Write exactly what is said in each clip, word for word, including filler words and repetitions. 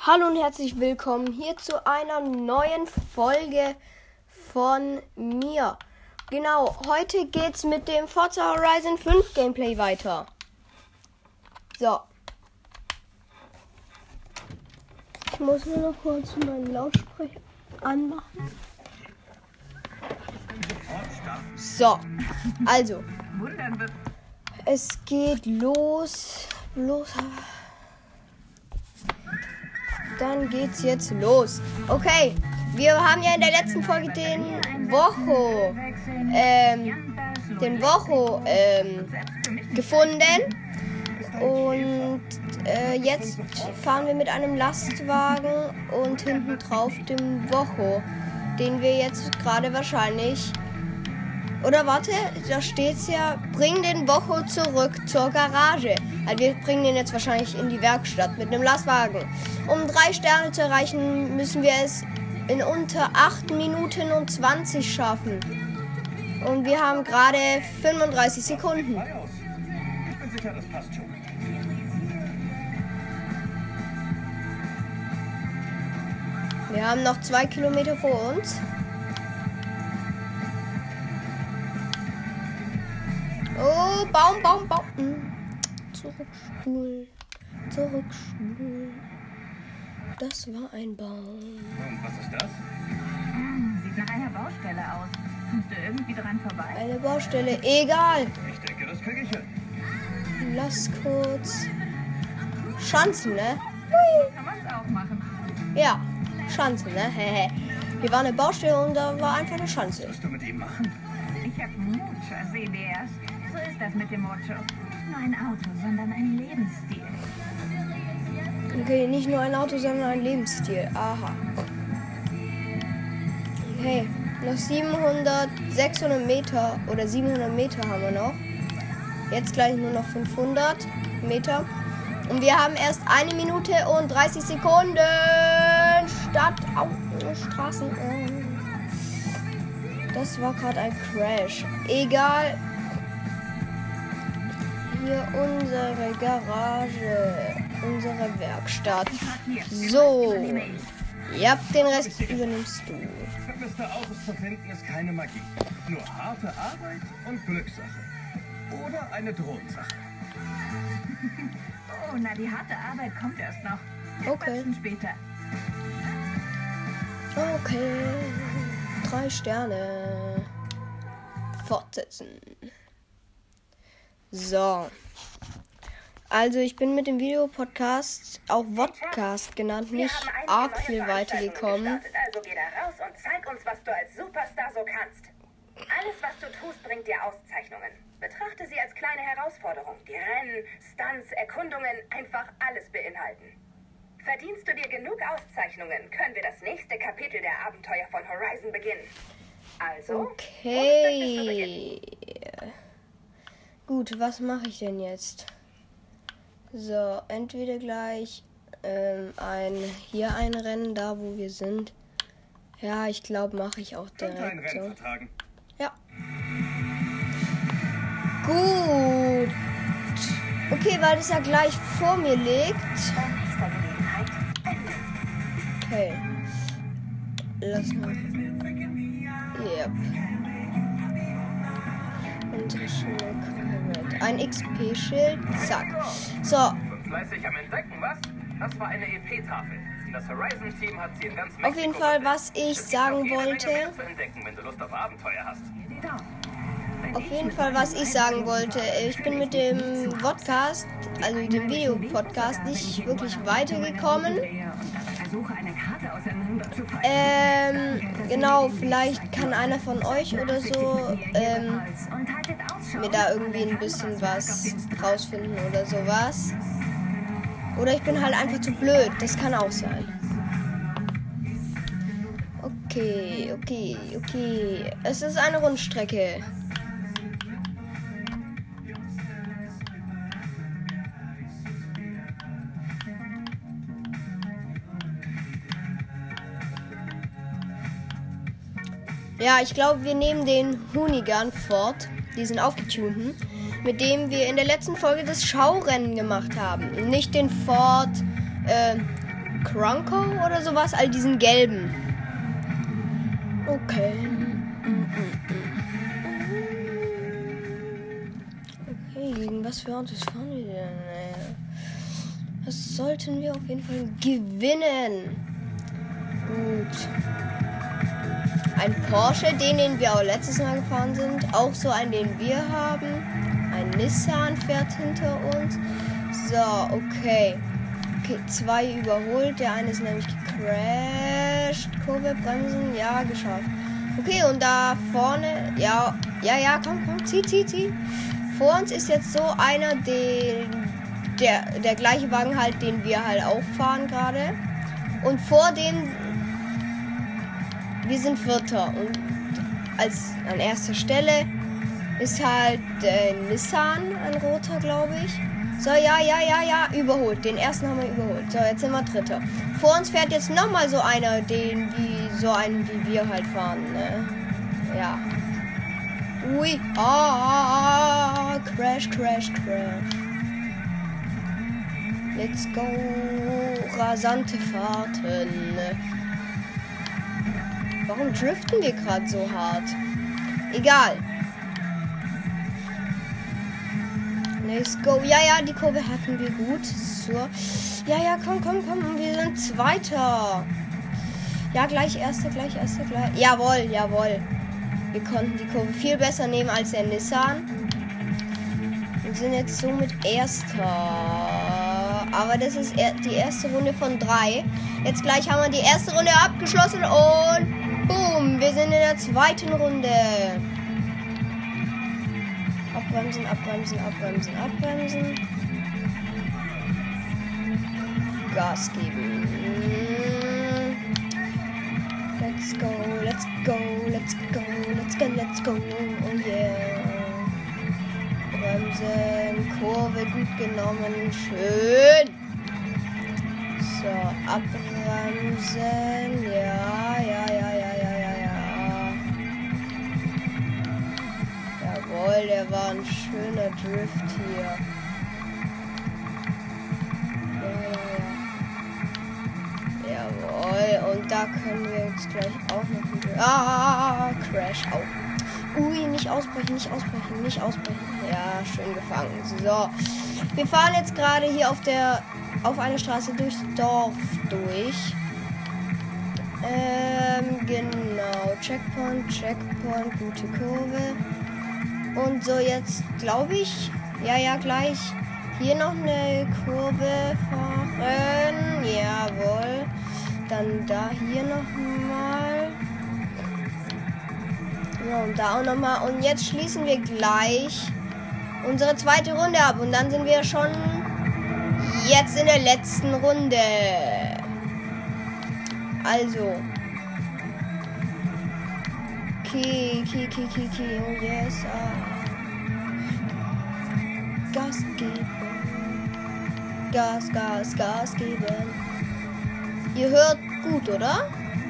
Hallo und herzlich willkommen hier zu einer neuen Folge von mir. Genau, heute geht's mit dem Forza Horizon fünf Gameplay weiter. So. Ich muss nur noch kurz meinen Lautsprecher anmachen. So, also. Es geht los. Los. Dann geht's jetzt los. Okay, wir haben ja in der letzten Folge den Wocho, ähm, den Wocho ähm, gefunden. Und äh, jetzt fahren wir mit einem Lastwagen und hinten drauf dem Wocho, den wir jetzt gerade wahrscheinlich... Oder warte, da steht's ja, bring den Wocho zurück zur Garage. Also wir bringen den jetzt wahrscheinlich in die Werkstatt mit einem Lastwagen. Um drei Sterne zu erreichen, müssen wir es in unter acht Minuten und zwanzig schaffen. Und wir haben gerade fünfunddreißig Sekunden. Ich bin sicher, das passt schon. Wir haben noch zwei Kilometer vor uns. Oh, Baum, Baum, Baum. Zurückspulen. Zurückspulen. Das war ein Baum. Und was ist das? Hm, sieht nach einer Baustelle aus. Kommst du irgendwie dran vorbei? Eine Baustelle. Egal. Ich denke, das kriege ich hin. Lass kurz. Schanzen, ne? Kann man es auch machen. Ja, Schanzen, ne? Hehe. Hier war eine Baustelle und da war einfach eine Schanze. Was willst du mit ihm machen? Ich hab Mucho, sehen wir erst. So ist das mit dem Mocho. Nicht nur ein Auto, sondern ein Lebensstil. Okay, nicht nur ein Auto, sondern ein Lebensstil. Aha. Okay, noch siebenhundert, sechshundert Meter oder siebenhundert Meter haben wir noch. Jetzt gleich nur noch fünfhundert Meter. Und wir haben erst eine Minute und dreißig Sekunden. Stadt, au, Straßen. Das war gerade ein Crash. Egal. Hier unsere Garage. Unsere Werkstatt. So. Ja, den Rest übernimmst du. Vermisste Autos zu finden ist keine Magie. Nur harte Arbeit und Glückssache. Oder eine Drohensache. Oh, na, die harte Arbeit kommt erst noch. Wir Okay. quatschen später. Okay. Drei Sterne. Fortsetzen. So. Also ich bin mit dem Videopodcast, auch Vodcast genannt, nicht arg viel weitergekommen. Also geh da raus und zeig uns, was du als Superstar so kannst. Alles, was du tust, bringt dir Auszeichnungen. Betrachte sie als kleine Herausforderung, die Rennen, Stunts, Erkundungen, einfach alles beinhalten. Verdienst du dir genug Auszeichnungen, können wir das nächste Kapitel der Abenteuer von Horizon beginnen. Also, womit möchtest du beginnen? Okay. Gut, was mache ich denn jetzt? So, entweder gleich ähm, ein hier ein Rennen, da wo wir sind. Ja, ich glaube, mache ich auch Könnte ein direkt Rennen so. vertragen. Ja. Gut. Okay, weil das ja gleich vor mir liegt. Bei nächster Gelegenheit. Okay. Lass mal. Yep. Unsere Schule. Ein X P-Schild. Zack. So. Und fleißig am Entdecken, was? Das war eine E P-Tafel. Das Horizon-Team hat sie in ganz Auf jeden Mexiko Fall, entdeckt. was ich Es gibt sagen noch jede Menge wollte. mehr zu entdecken, wenn du Lust auf Abenteuer hast. Auf jeden Fall, was ich sagen wollte. Ich bin mit dem Podcast, also dem Videopodcast, nicht wirklich weitergekommen. Versuche eine Karte auseinanderzufalten. Ähm, genau, vielleicht kann einer von euch oder so ähm, mir da irgendwie ein bisschen was rausfinden oder sowas. Oder ich bin halt einfach zu blöd, das kann auch sein. Okay, okay, okay. Es ist eine Rundstrecke. Ja, ich glaube, wir nehmen den Hoonigan Ford, diesen aufgetunten, mit dem wir in der letzten Folge das Schaurennen gemacht haben. Nicht den Ford, äh, Kronko oder sowas, all diesen gelben. Okay. Okay, gegen was für Autos fahren wir denn? Das sollten wir auf jeden Fall gewinnen. Gut. Ein Porsche, den, den wir auch letztes Mal gefahren sind. Auch so einen, den wir haben. Ein Nissan fährt hinter uns. So, okay. Okay, zwei überholt. Der eine ist nämlich gecrashed. Kurve, bremsen. Ja, geschafft. Okay, und da vorne. Ja, ja, ja, komm, komm. Zieh, zieh, zieh. Vor uns ist jetzt so einer, den, der, der gleiche Wagen halt, den wir halt auch fahren gerade. Und vor dem. Wir sind Vierter. Und als an erster Stelle ist halt äh, Nissan, ein roter, glaube ich. So, ja, ja, ja, ja, überholt. Den ersten haben wir überholt. So, jetzt sind wir Dritter. Vor uns fährt jetzt nochmal so einer, den wie so einen, wie wir halt fahren, ne? Ja. Ui. Ah, crash, crash, crash. Let's go. Rasante Fahrten. Warum driften wir gerade so hart? Egal. Let's go. Ja, ja, die Kurve hatten wir gut. So. Ja, ja, komm, komm, komm. Wir sind Zweiter. Ja, gleich Erster, gleich Erster, gleich. Jawohl, jawohl. Wir konnten die Kurve viel besser nehmen als der Nissan. Wir sind jetzt somit Erster. Aber das ist die erste Runde von drei. Jetzt gleich haben wir die erste Runde abgeschlossen und boom, wir sind in der zweiten Runde. Abbremsen, abbremsen, abbremsen, abbremsen. Gas geben. Let's go, let's go, let's go, let's go, let's go. Oh yeah. Bremsen, Kurve gut genommen. Schön. So, abbremsen. Ja, ja, ja, ja, ja, ja, ja. Jawohl, der war ein schöner Drift hier. Ja, ja, ja. Jawohl, und da können wir jetzt gleich auch noch ein Drift. Ah, Crash auch. Ui, nicht ausbrechen, nicht ausbrechen, nicht ausbrechen. Ja, schön gefangen. So, wir fahren jetzt gerade hier auf der auf eine Straße durchs Dorf durch. Ähm, genau. Checkpoint, Checkpoint, gute Kurve. Und so jetzt glaube ich, ja, ja, gleich hier noch eine Kurve fahren. Jawohl. Dann da hier nochmal. Ja, und da auch nochmal. Und jetzt schließen wir gleich unsere zweite Runde ab. Und dann sind wir schon jetzt in der letzten Runde. Also. Okay, okay, okay, okay, okay. Oh yes. Ah. Gas geben. Gas, Gas, Gas geben. Ihr hört gut, oder?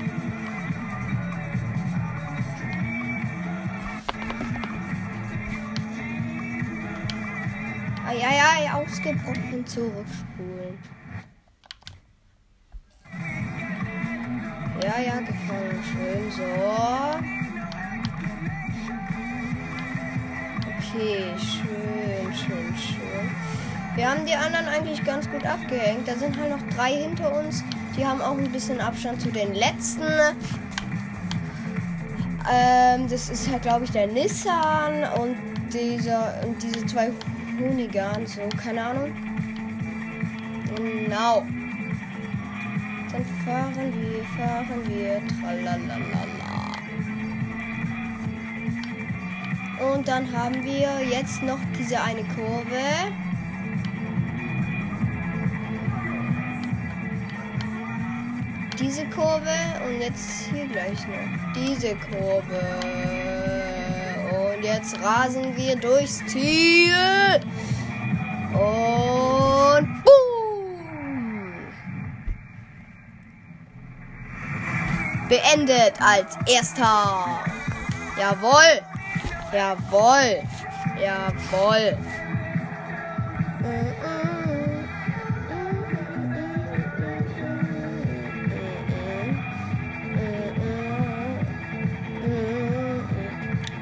Eieiei, ausgebrochen, zurückspulen. Ja, ja, gefallen. Schön, so. Okay, schön, schön, schön. Wir haben die anderen eigentlich ganz gut abgehängt. Da sind halt noch drei hinter uns. Die haben auch ein bisschen Abstand zu den letzten. Ähm, das ist halt, glaube ich, der Nissan und dieser und diese zwei Hoonigan, so, keine Ahnung. Genau. Dann fahren wir, fahren wir, tralalala. Und dann haben wir jetzt noch diese eine Kurve. Diese Kurve und jetzt hier gleich noch diese Kurve. Und jetzt rasen wir durchs Ziel. Und boom! Beendet als Erster. Jawohl. Jawohl. Jawohl.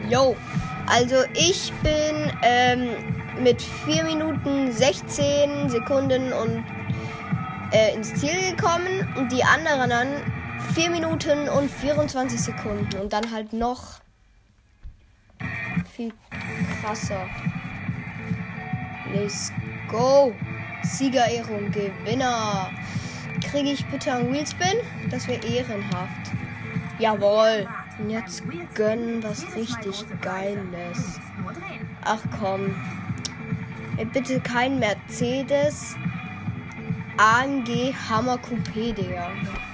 Yo, also ich bin ähm, mit vier Minuten sechzehn Sekunden und äh, ins Ziel gekommen und die anderen dann vier Minuten und vierundzwanzig Sekunden und dann halt noch viel krasser. Let's go. Siegerehrung, Gewinner. Kriege ich bitte einen Wheelspin? Das wäre ehrenhaft. Jawohl. Und jetzt gönnen was richtig Geiles. Ach komm. Ey, bitte kein Mercedes A M G Hammer Coupé, Digga.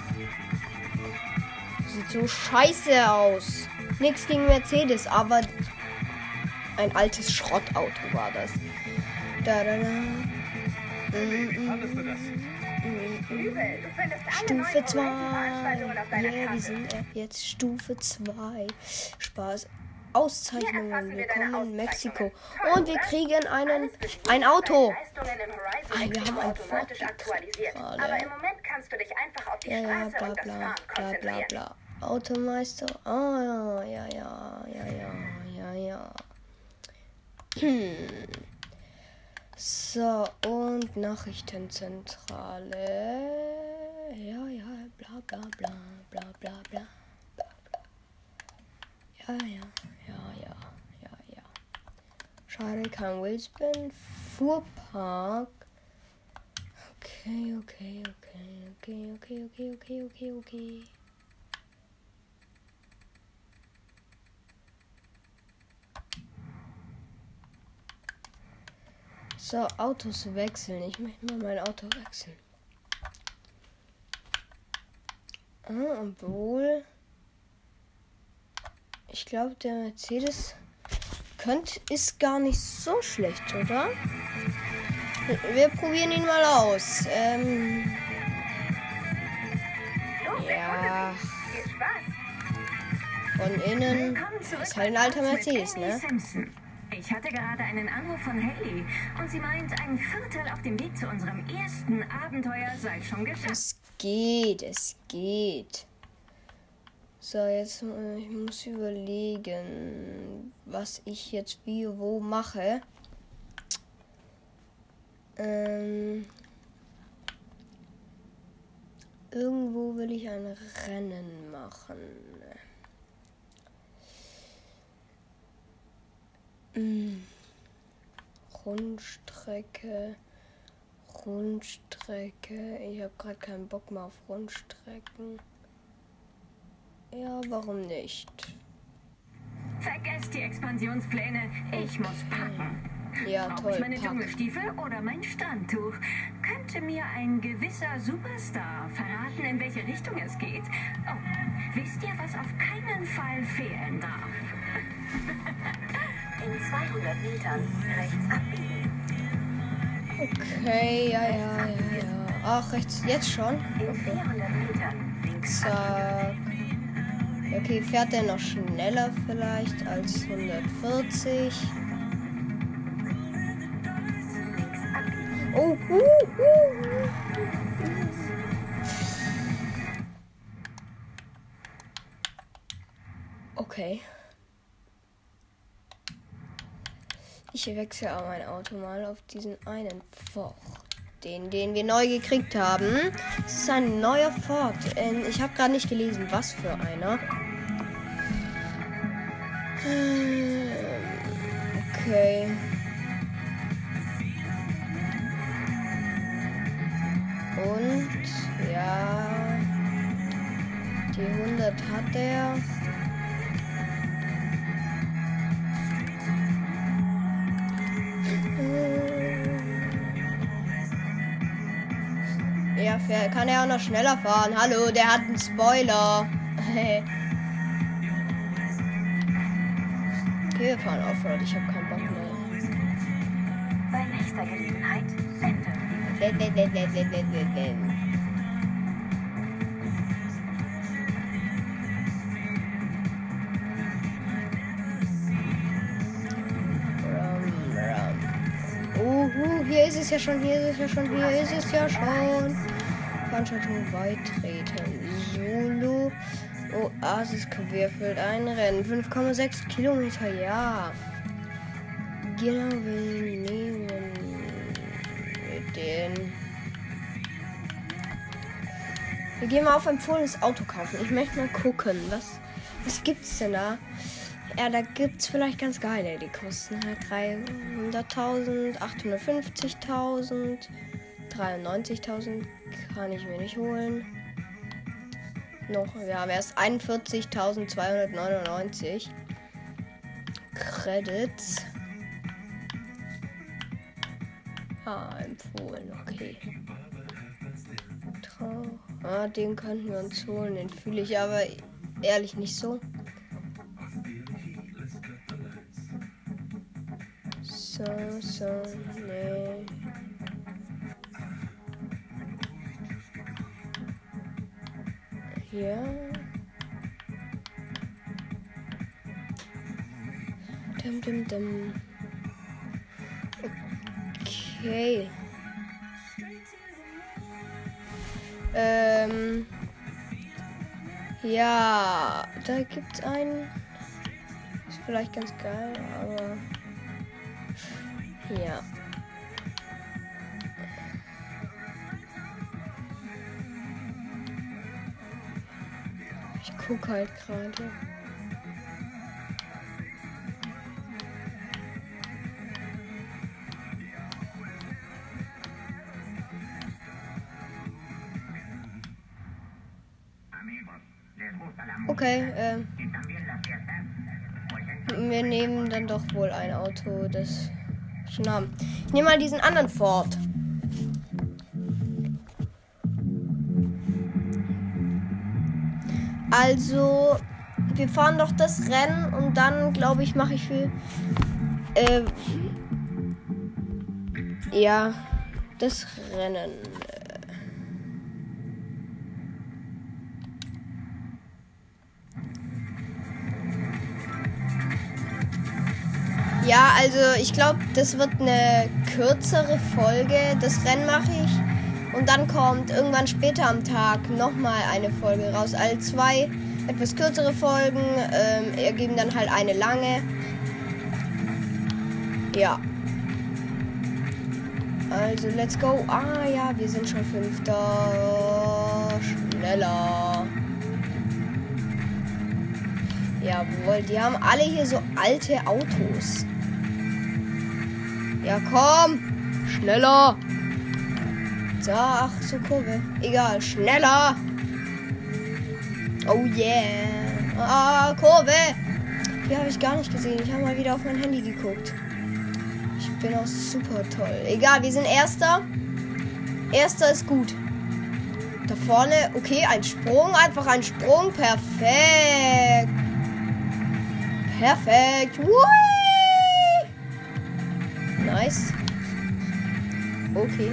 Sieht so scheiße aus. Nix gegen Mercedes, aber ein altes Schrottauto war das. Da, da, da. Wie fandest du das? Übel, du findest alle Stufe neuen zwei. Veranstaltungen auf deiner Yeah, wir Karte. sind jetzt Stufe zwei. Spaß. Hier Auszeichnungen. erfassen wir Willkommen deine in Mexiko. Auszeichnungen. Und wir kriegen einen, Alles wird ein gut. Auto. Deine Leistungen im Horizon Ah, wir Zero haben ein automatisch Ford aktualisiert. gerade. Aber im Moment kannst du dich einfach auf die Ja, ja, Straße bla und das bla, Fahren bla bla konzentrieren. bla. Automeister. Ah, ja, ja, ja, ja, ja, ja. Hm. So, und Nachrichtenzentrale. Ja, ja, bla bla bla, bla bla bla. Ja, ja, ja, ja, ja, ja. Schade, kein Wheelspin. Fuhrpark. Okay, okay, okay, okay, okay, okay, okay, okay, okay. So, Autos wechseln. Ich möchte mal mein Auto wechseln. Ah, obwohl. Ich glaube, der Mercedes könnte, ist gar nicht so schlecht, oder? Wir, wir probieren ihn mal aus. Ähm. Ja. Viel Spaß. Von innen. Willkommen zurück Ist halt ein bei alter uns mit Mercedes, Emily ne? Simpson. Ich hatte gerade einen Anruf von Haley und sie meint, ein Viertel auf dem Weg zu unserem ersten Abenteuer sei schon geschafft. Es geht, es geht. So, jetzt äh, ich muss überlegen, was ich jetzt wie wo mache. Ähm, irgendwo will ich ein Rennen machen. Hm. Rundstrecke, Rundstrecke. Ich habe gerade keinen Bock mehr auf Rundstrecken. Ja, warum nicht? Vergesst die Expansionspläne. Ich muss packen. Ja, Brauche toll. ich meine Pack. Dschungelstiefel oder mein Strandtuch? Könnte mir ein gewisser Superstar verraten, in welche Richtung es geht? Oh, wisst ihr, was auf keinen Fall fehlen darf? In zweihundert Metern rechts abbiegen. Okay, ja, ja, ja, ja. Ach, rechts, jetzt schon? In vierhundert Metern links Zack. Okay, fährt der noch schneller vielleicht als hundertvierzig? Oh, uh, uh. Okay. Ich wechsle auch mein Auto mal auf diesen einen Ford. Den, den wir neu gekriegt haben. Es ist ein neuer Ford. Ähm, ich habe gerade nicht gelesen, was für einer. Ähm, Okay. Und ja, die hundert hat er. Ja, fähr- kann er auch noch schneller fahren. Hallo, der hat einen Spoiler. Okay, wir fahren Offroad. Ich habe keinen Bock mehr. Bei nächster Gelegenheit ändern die Le- le- le- le- le- le- le- le. Rum, rum. Uhu, hier ist es ja schon, hier ist es ja schon, hier ist es ja schon. Veranstaltung beitreten. Solo. Oasis querfeld ein Rennen. fünf Komma sechs Kilometer, ja. Genau, wir nehmen den. Wir gehen mal auf empfohlenes Auto kaufen. Ich möchte mal gucken, was, was gibt's denn da? Ja, da gibt's vielleicht ganz geile. Die kosten halt dreihunderttausend, achthundertfünfzigtausend, dreiundneunzigtausend kann ich mir nicht holen. Noch, wir haben erst einundvierzigtausendzweihundertneunundneunzig Credits. Ah, empfohlen, okay. Trau ah, den könnten wir uns holen, den fühle ich aber ehrlich nicht so. So, so, nee. Ja. Dim, dim, dim. Okay. Ähm. Ja, da gibt's einen. Ist vielleicht ganz geil, aber. Ja. Ich guck halt gerade. Okay, ähm. Wir nehmen dann doch wohl ein Auto, das schon haben. Ich nehme mal diesen anderen Ford. Also, wir fahren doch das Rennen und dann, glaube ich, mache ich für äh, ja, das Rennen. Ja, also ich glaube, das wird eine kürzere Folge. Das Rennen mache ich. Und dann kommt irgendwann später am Tag nochmal eine Folge raus. Also zwei etwas kürzere Folgen ähm, ergeben dann halt eine lange. Ja. Also, let's go. Ah ja, wir sind schon Fünfter. Schneller. Jawohl, die haben alle hier so alte Autos. Ja, komm. Schneller. So, ach, so Kurve. Egal, schneller. Oh yeah. Ah, Kurve. Die habe ich gar nicht gesehen. Ich habe mal wieder auf mein Handy geguckt. Ich bin auch super toll. Egal, wir sind Erster. Erster ist gut. Da vorne, okay, ein Sprung. Einfach ein Sprung. Perfekt. Perfekt. Whee! Nice. Okay.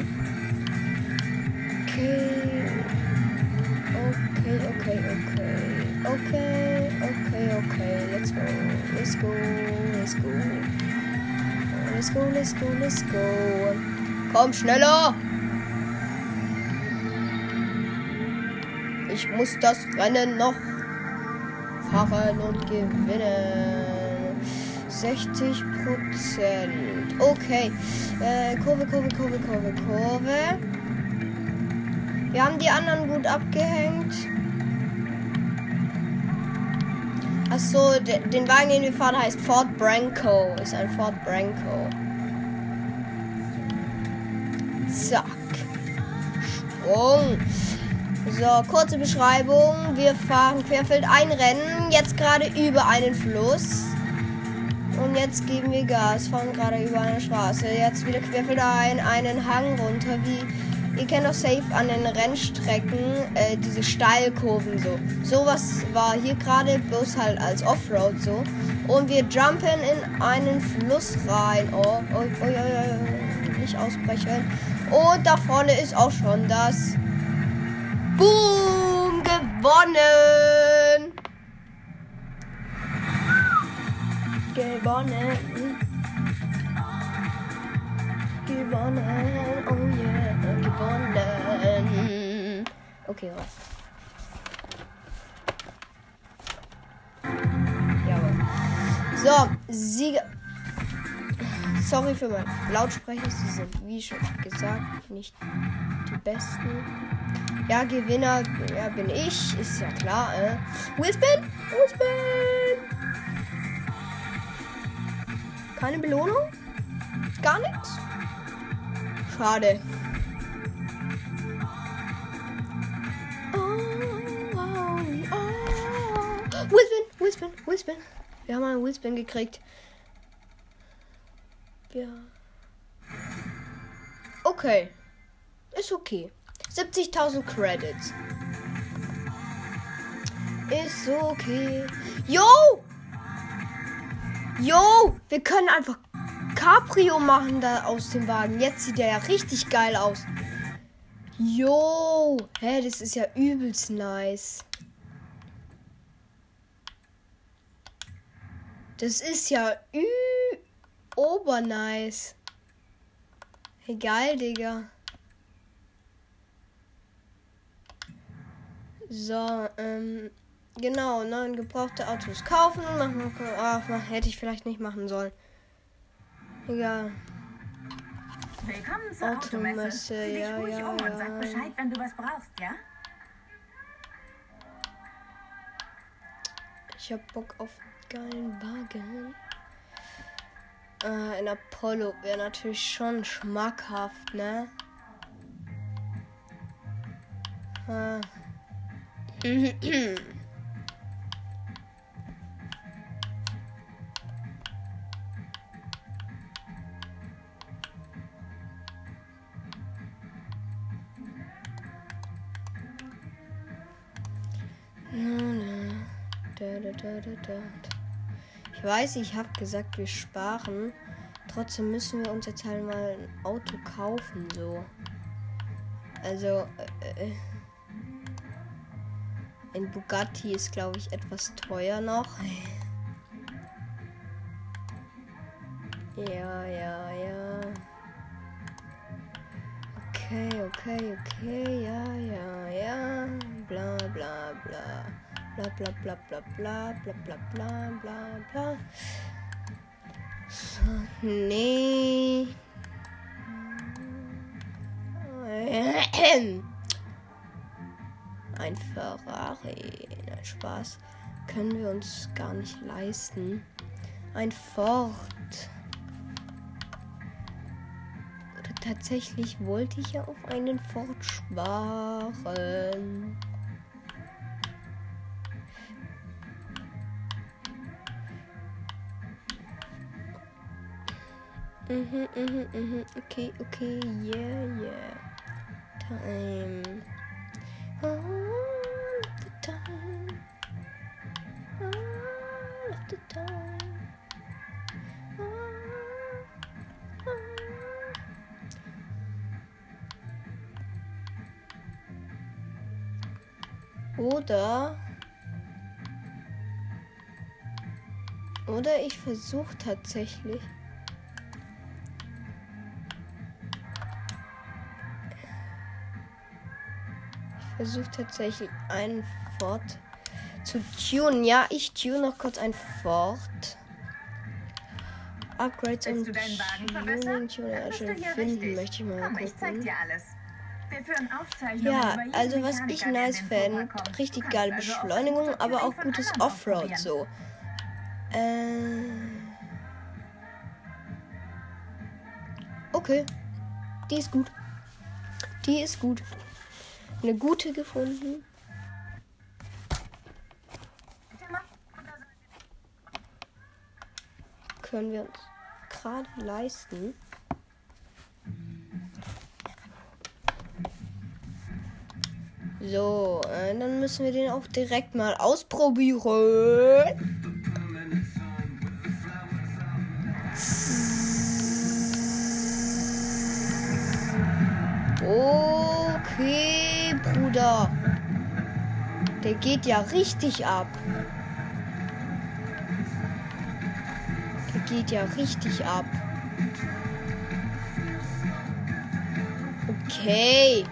Okay. Okay, okay, okay. Okay, okay, okay. Let's go. Let's go. Let's go. Let's go, let's go, let's go. Komm, schneller. Ich muss das Rennen noch fahren und gewinnen. sechzig Prozent. Okay. Äh, Kurve, Kurve, Kurve, Kurve, Kurve. Wir haben die anderen gut abgehängt. Achso, de, den Wagen, den wir fahren, heißt Ford Bronco. Ist ein Ford Bronco. Zack. Sprung. So, kurze Beschreibung. Wir fahren querfeld ein Rennen. Jetzt gerade über einen Fluss. Und jetzt geben wir Gas. Fahren gerade über eine Straße. Jetzt wieder querfeld ein. Einen Hang runter. Wie ihr kennt doch safe an den Rennstrecken äh, diese Steilkurven so. Sowas war hier gerade, bloß halt als Offroad so. Und wir jumpen in einen Fluss rein. Oh, oh, oh, oh, oh, nicht ausbrechen. Und da vorne ist auch schon das. Boom! Gewonnen! Gewonnen! Gewonnen! Oh yeah! Gewonnen! Okay, was? So, Sieger. Sorry für meine Lautsprecher. Sie sind, wie schon gesagt, nicht die besten. Ja, Gewinner ja, bin ich. Ist ja klar, äh. Whispin! Whispin! Keine Belohnung? Gar nichts? Schade. Whispin, Whispin, Whispin. Wir haben einen Whispin gekriegt. Ja. Okay. Ist okay. siebzigtausend Credits. Ist okay. Yo! Yo! Wir können einfach Cabrio machen da aus dem Wagen. Jetzt sieht der ja richtig geil aus. Yo! Hä, das ist ja übelst nice. Das ist ja ü obernice. Hey, geil, Digga. So, ähm, genau, neun gebrauchte Autos kaufen. Machen, ach, hätte ich vielleicht nicht machen sollen. Egal. Willkommen zur Automesse, Automesse. Sieh dich ja, ruhig ja, um und ja. sag Bescheid, wenn du was brauchst, ja? Ich hab Bock auf einen geilen Wagen. Äh, ein Apollo wäre natürlich schon schmackhaft, ne? Ah. Ich weiß, ich habe gesagt, wir sparen. Trotzdem müssen wir uns jetzt halt mal ein Auto kaufen, so. Also, äh, ein Bugatti ist, glaube ich, etwas teuer noch. Ja, ja, ja. Okay, okay, okay, ja, ja, ja. Bla, bla, bla. Bla, bla, bla, bla, bla, bla, bla, bla, bla, bla. So, nee. Ein Ferrari. Nein, Spaß. Können wir uns gar nicht leisten. Ein Ford. Oder tatsächlich wollte ich ja auf einen Ford sparen. Mhm, mhm, mhm. Okay, okay, yeah, yeah. Time. All of the time. All of the time. All, all. Oder Oder ich versuche tatsächlich Ich versuche tatsächlich einen Ford zu tunen. Ja, ich tune noch kurz ein Ford. Upgrades Willst und du deinen Wagen verbessern? Tuning Dann bist du schön hier finden, richtig. möchte ich mal Komm, ich zeig gucken. dir alles. Wir führen Aufzeichnungen Ja, über jeden also was Mechaniker, ich der in nice den fände, Fora kommt. richtig Du kannst geile also auch Beschleunigung, das aber auch Tuning von gutes anderen Offroad ausprobieren. so. Äh, okay, die ist gut. Die ist gut. Eine gute gefunden. Können wir uns gerade leisten. So, äh, dann müssen wir den auch direkt mal ausprobieren. Okay, Bruder. Der geht ja richtig ab. Der geht ja richtig ab. Okay.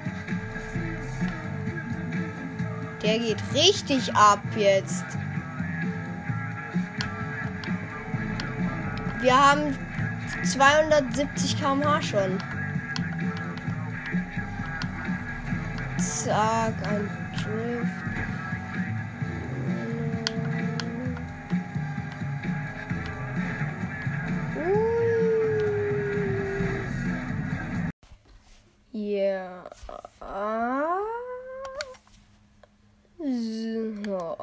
Der geht richtig ab jetzt. Wir haben zweihundertsiebzig Kilometer pro Stunde schon. Zack, ein Drift. Ja. So.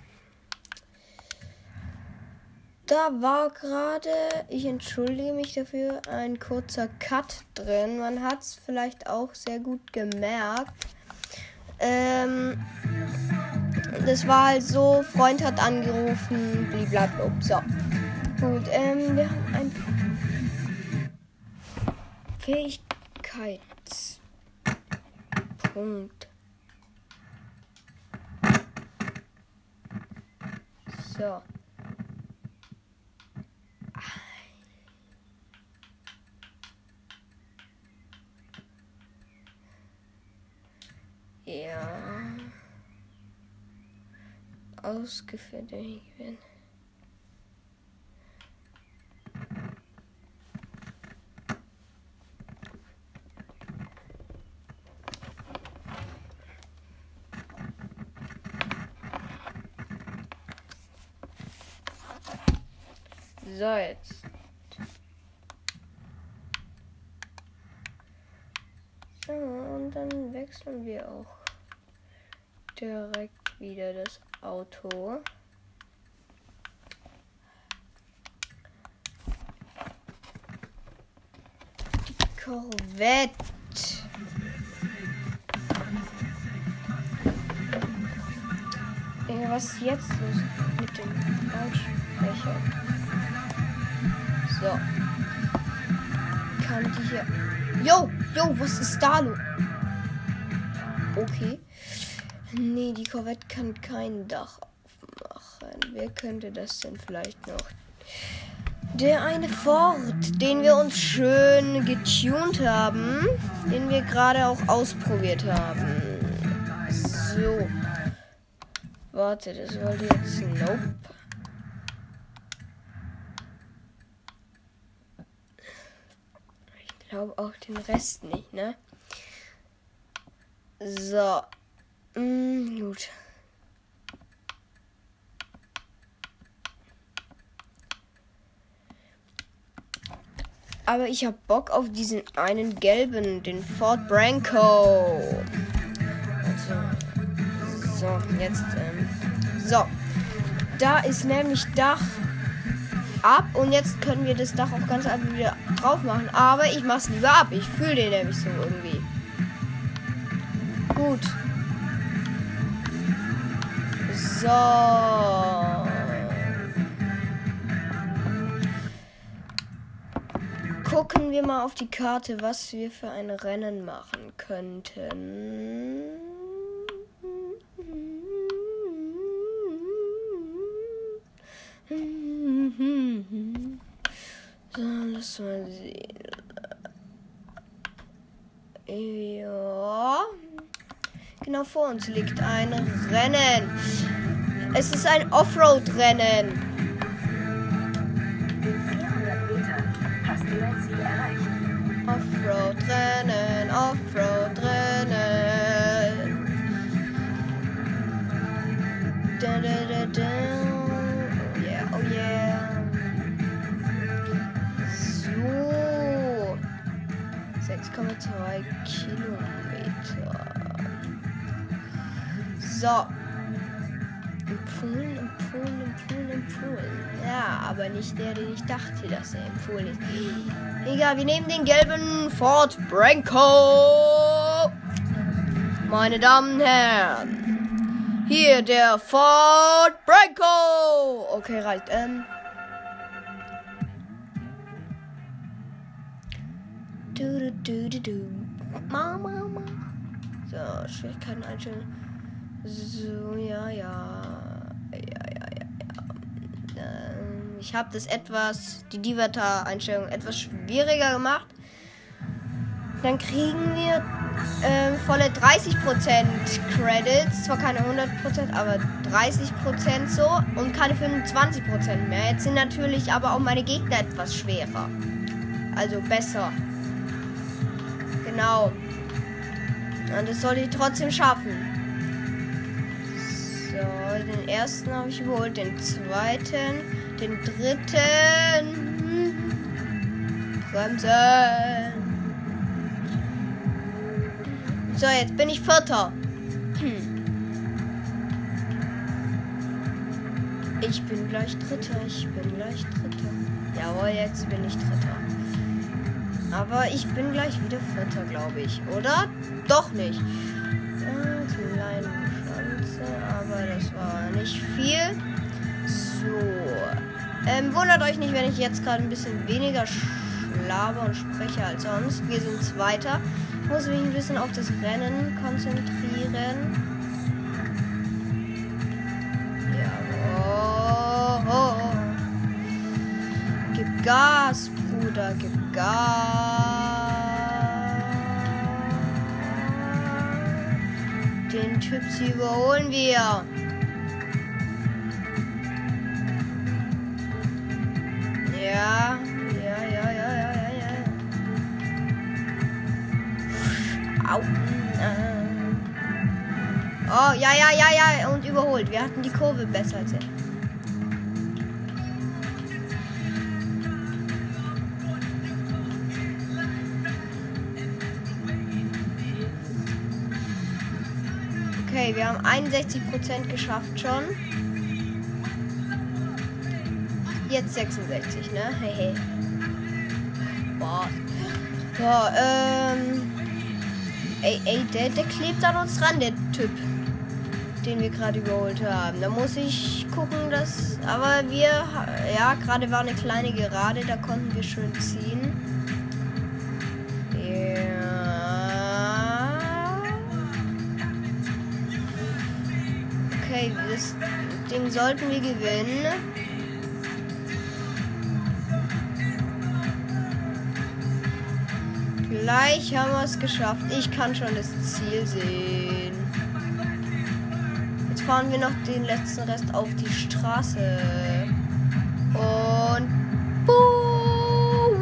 Da war gerade, ich entschuldige mich dafür, ein kurzer Cut drin. Man hat es vielleicht auch sehr gut gemerkt. Ähm, das war halt so, Freund hat angerufen, blablabla. So. Gut, ähm, wir haben ein Fähigkeitspunkt. So. Ja. Ausgeführt, wenn ich bin. So, jetzt. So, und dann wechseln wir auch direkt wieder das Auto. Die Corvette. Ja, was ist jetzt los mit dem Lautsprecher? So. Kann die hier... Jo, jo, was ist da los? Okay. Nee, die Corvette kann kein Dach aufmachen. Wer könnte das denn vielleicht noch? Der eine Ford, den wir uns schön getuned haben. Den wir gerade auch ausprobiert haben. So. Warte, das wollte jetzt... Nope. Ich glaube auch den Rest nicht, ne? So. Mm, gut. Aber ich hab Bock auf diesen einen gelben, den Ford Bronco. Also, so, jetzt, ähm, so. Da ist nämlich Dach ab und jetzt können wir das Dach auch ganz einfach wieder drauf machen. Aber ich mach's lieber ab. Ich fühle den nämlich so irgendwie. Gut. So. Gucken wir mal auf die Karte, was wir für ein Rennen machen könnten. So, lass mal sehen. Ja. Genau vor uns liegt ein Rennen. Es ist ein Offroad-Rennen. In vierhundert Metern hast du dein Ziel erreicht. Offroad-Rennen, Offroad-Rennen. Da, da, da, da. Oh yeah, oh yeah. So. sechs Komma zwei Kilometer. So. Empfohlen, empfohlen, empfohlen, empfohlen. Ja, aber nicht der, den ich dachte, dass er empfohlen ist. Egal, wir nehmen den gelben Ford Bronco. Meine Damen und Herren. Hier der Ford Bronco. Okay, reicht. Ähm. Du, du, du, du, du. Mama, Mama. So, Schwierigkeiten einstellen. So, ja, ja. Ja, ja, ja, ja. Ähm, ich habe das etwas, die Divata-Einstellung etwas schwieriger gemacht. dann kriegen wir äh, volle dreißig Prozent Credits. Zwar keine hundert Prozent, aber dreißig Prozent so und keine fünfundzwanzig Prozent mehr. Jetzt sind natürlich aber auch meine Gegner etwas schwerer. Also besser. Genau. Und das soll ich trotzdem schaffen. So, den ersten habe ich überholt, den zweiten, den dritten. Bremsen. So, jetzt bin ich Vierter. Hm. Ich bin gleich Dritter. Ich bin gleich Dritter. Jawohl, jetzt bin ich Dritter. Aber ich bin gleich wieder Vierter, glaube ich. Oder? Doch nicht. Ah, kleine Chance, aber das war nicht viel. So. Ähm, wundert euch nicht, wenn ich jetzt gerade ein bisschen weniger laber und spreche als sonst. Wir sind Zweiter. Ich muss mich ein bisschen auf das Rennen konzentrieren. Jawohl. Gib Gas, Bruder, gib Gas. Den Typs überholen wir. Ja, ja, ja, ja, ja, ja, ja. Au. Oh, ja, ja, ja, ja, und überholt. Wir hatten die Kurve besser als er. Okay, wir haben einundsechzig Prozent geschafft schon. Jetzt sechsundsechzig, ne? Hey, hey. Boah. Boah, ähm. Ey, ey, der, der klebt an uns dran, der Typ, den wir gerade überholt haben. Da muss ich gucken, dass. Aber wir. Ja, gerade war eine kleine Gerade, da konnten wir schön ziehen. Ja. Okay, das Ding sollten wir gewinnen. Gleich haben wir es geschafft. Ich kann schon das Ziel sehen. Jetzt fahren wir noch den letzten Rest auf die Straße. Und buh,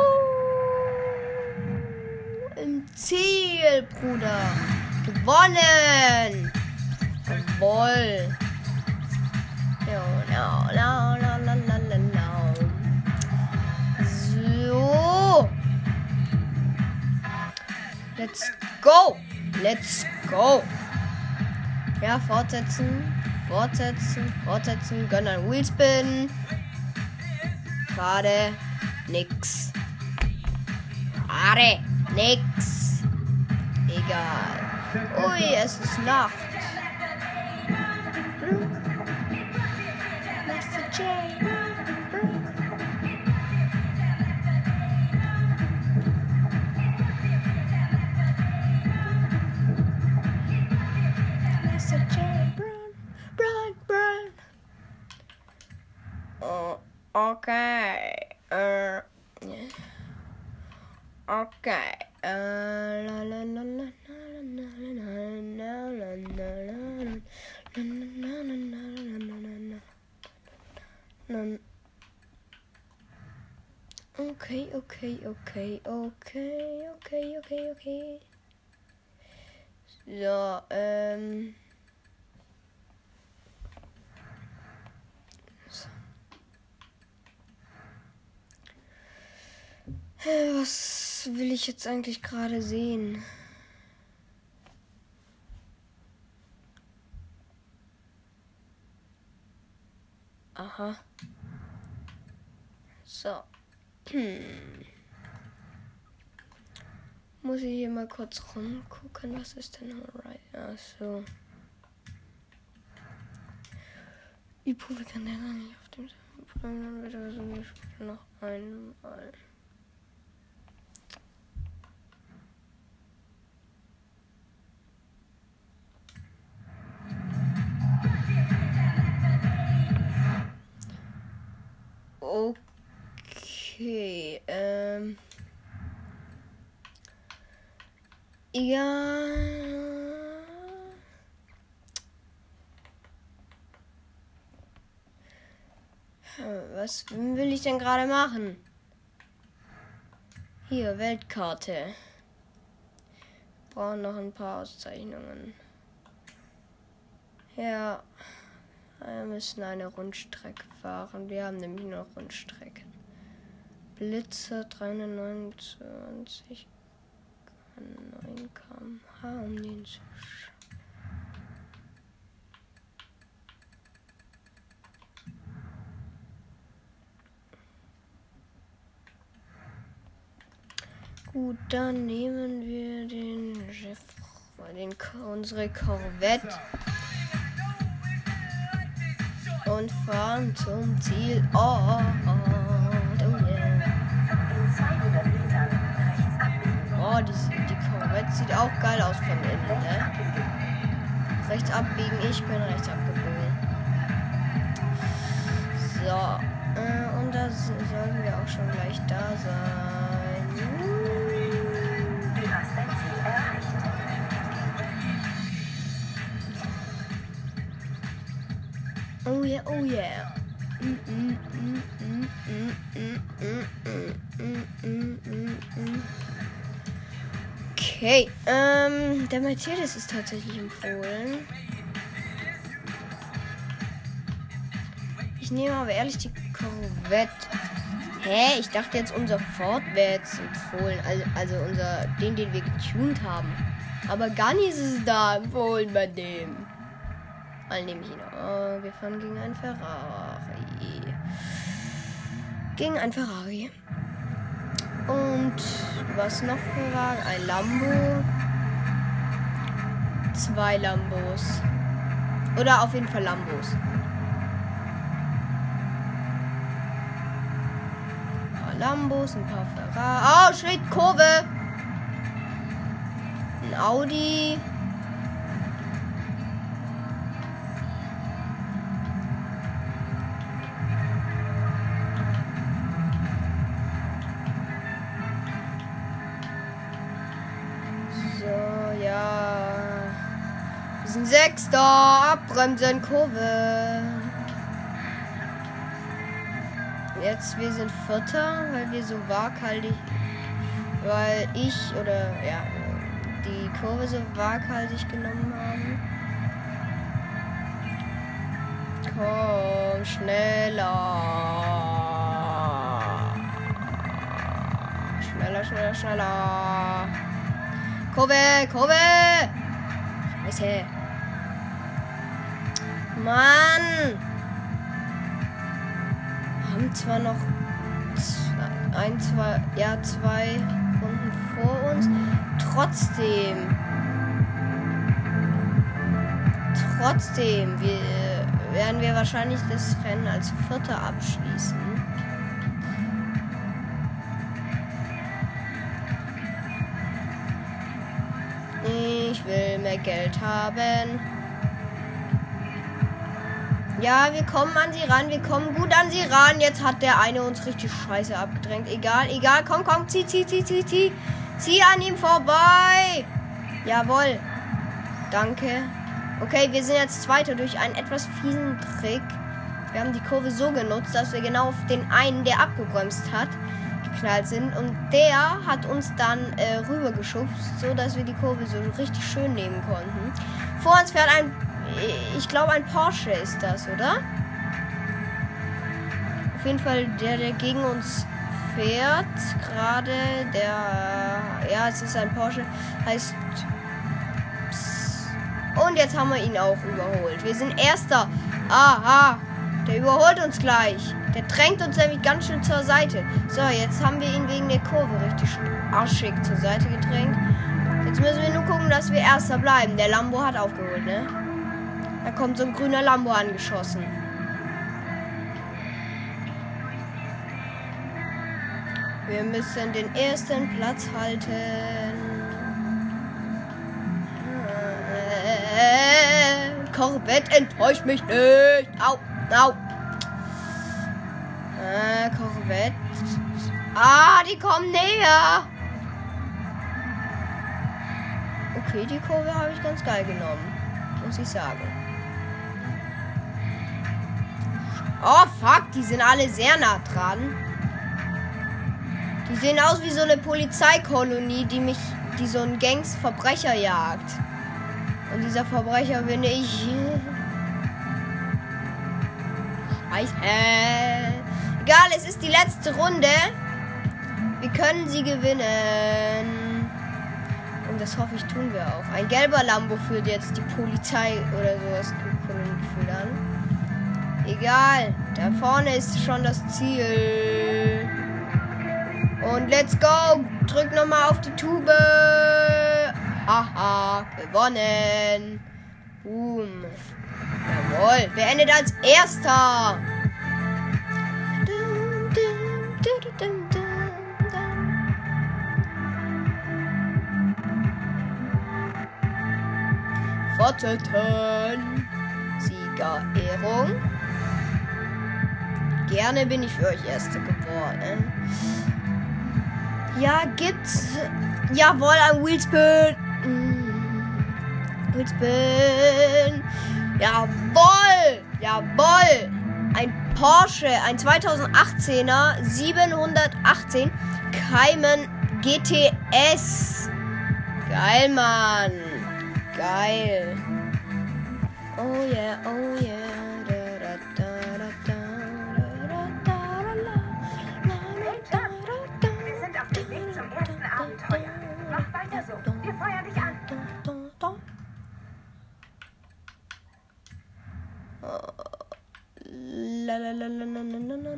wuh, im Ziel, Bruder. Gewonnen. Jawohl. Ja, ja, la, la, la, la, la, la. So. Let's go! Let's go! Ja, fortsetzen, fortsetzen, fortsetzen, gönnen Wheelspin. Schade, nix. Schade, nix. Egal. Ui, es ist Nacht. Okay. Uh, okay. Uh, la, la, la, la, okay, okay, okay, okay, okay, okay, okay. So, ähm. Was will ich jetzt eigentlich gerade sehen? Aha. So. Hm. Muss ich hier mal kurz rumgucken, was ist denn alright? Ach so. Die Probe kann der gar nicht auf dem Problem, dann wird er so noch einmal. Okay, ähm. Ja. Was will ich denn gerade machen? Hier, Weltkarte. Brauchen noch ein paar Auszeichnungen. Ja. Wir müssen eine Rundstrecke fahren. Wir haben nämlich noch Rundstrecken. Blitzer dreihundertneunundzwanzig neun Kilometer pro Stunde, um den zu sch- Gut, dann nehmen wir den Chef, den, unsere Corvette und fahren zum Ziel. Oh, oh, oh, oh yeah. In zweihundert Metern rechts abbiegen. Oh, die, die Corvette sieht auch geil aus von innen, ne? Rechts abbiegen, ich bin rechts abgebogen. So, äh, und da sollten wir auch schon gleich da sein. Du hast dein Ziel erreicht. Oh yeah, oh yeah. Mm, mm, mm, mm, mm, mm, mm, mm, mm, mm, mm. Okay, ähm, der Mercedes ist tatsächlich empfohlen. Ich nehme aber ehrlich die Corvette. Hä? Ich dachte jetzt unser Ford wäre jetzt empfohlen. Also, also unser, den, den wir getuned haben. Aber gar nicht ist es da empfohlen bei dem. Dann nehme ich ihn. Oh, wir fahren gegen einen Ferrari. Gegen einen Ferrari. Und was noch für Wagen? Ein Lambo. Zwei Lambos. Oder auf jeden Fall Lambos. Ein paar Lambos, ein paar Ferrari. Oh, shit, Kurve. Ein Audi. Sechster, abbremsen, Kurve. Jetzt, wir sind Vierter, weil wir so waghaltig, weil ich oder ja, die Kurve so waghaltig genommen haben. Komm, schneller. Schneller, schneller, schneller. Kurve, Kurve. Scheiße. Mann! Wir haben zwar noch ein, zwei, ja, zwei Runden vor uns. Trotzdem. Trotzdem wir, werden wir wahrscheinlich das Rennen als Vierter abschließen. Ich will mehr Geld haben. Ja, wir kommen an sie ran. Wir kommen gut an sie ran. Jetzt hat der eine uns richtig scheiße abgedrängt. Egal, egal. Komm, komm. Zieh, zieh, zieh, zieh, zieh. Zieh an ihm vorbei. Jawohl. Danke. Okay, wir sind jetzt Zweiter durch einen etwas fiesen Trick. Wir haben die Kurve so genutzt, dass wir genau auf den einen, der abgebremst hat, geknallt sind. Und der hat uns dann äh, rübergeschubst, so dass wir die Kurve so richtig schön nehmen konnten. Vor uns fährt ein, ich glaube ein Porsche ist das, oder? Auf jeden Fall der, der gegen uns fährt, gerade der, ja, es ist ein Porsche, heißt Psst. Und jetzt haben wir ihn auch überholt. Wir sind Erster. Aha, der überholt uns gleich. Der drängt uns nämlich ganz schön zur Seite. So, jetzt haben wir ihn wegen der Kurve richtig arschig zur Seite gedrängt. Jetzt müssen wir nur gucken, dass wir Erster bleiben. Der Lambo hat aufgeholt, ne? Da kommt so ein grüner Lambo angeschossen. Wir müssen den ersten Platz halten. Äh, Corvette enttäuscht mich nicht. Au, au. Äh, Corvette. Ah, die kommen näher. Okay, die Kurve habe ich ganz geil genommen. Muss ich sagen. Oh, fuck. Die sind alle sehr nah dran. Die sehen aus wie so eine Polizeikolonie, die mich, die so ein Gangs-Verbrecher jagt. Und dieser Verbrecher bin ich. Scheiße. Egal, es ist die letzte Runde. Wir können sie gewinnen. Und das hoffe ich, tun wir auch. Ein gelber Lambo führt jetzt die Polizei oder sowas gefühlt an. Egal. Da vorne ist schon das Ziel. Und let's go. Drück nochmal auf die Tube. Haha, gewonnen. Boom. Jawohl. Wer endet als Erster? Fortsetzen. Siegerehrung. Gerne bin ich für euch Erster geworden. Ja, gibt's. Jawohl, ein Wheelspin. Wheelspin. Jawohl. Jawohl. Ein Porsche, ein zweitausendachtzehner siebenhundertachtzehn Cayman G T S. Geil, Mann. Geil. Oh yeah, oh yeah. Wir sind auf dem Weg zum ersten Abenteuer. Mach weiter so. Wir feuern dich an. La la la la la la la la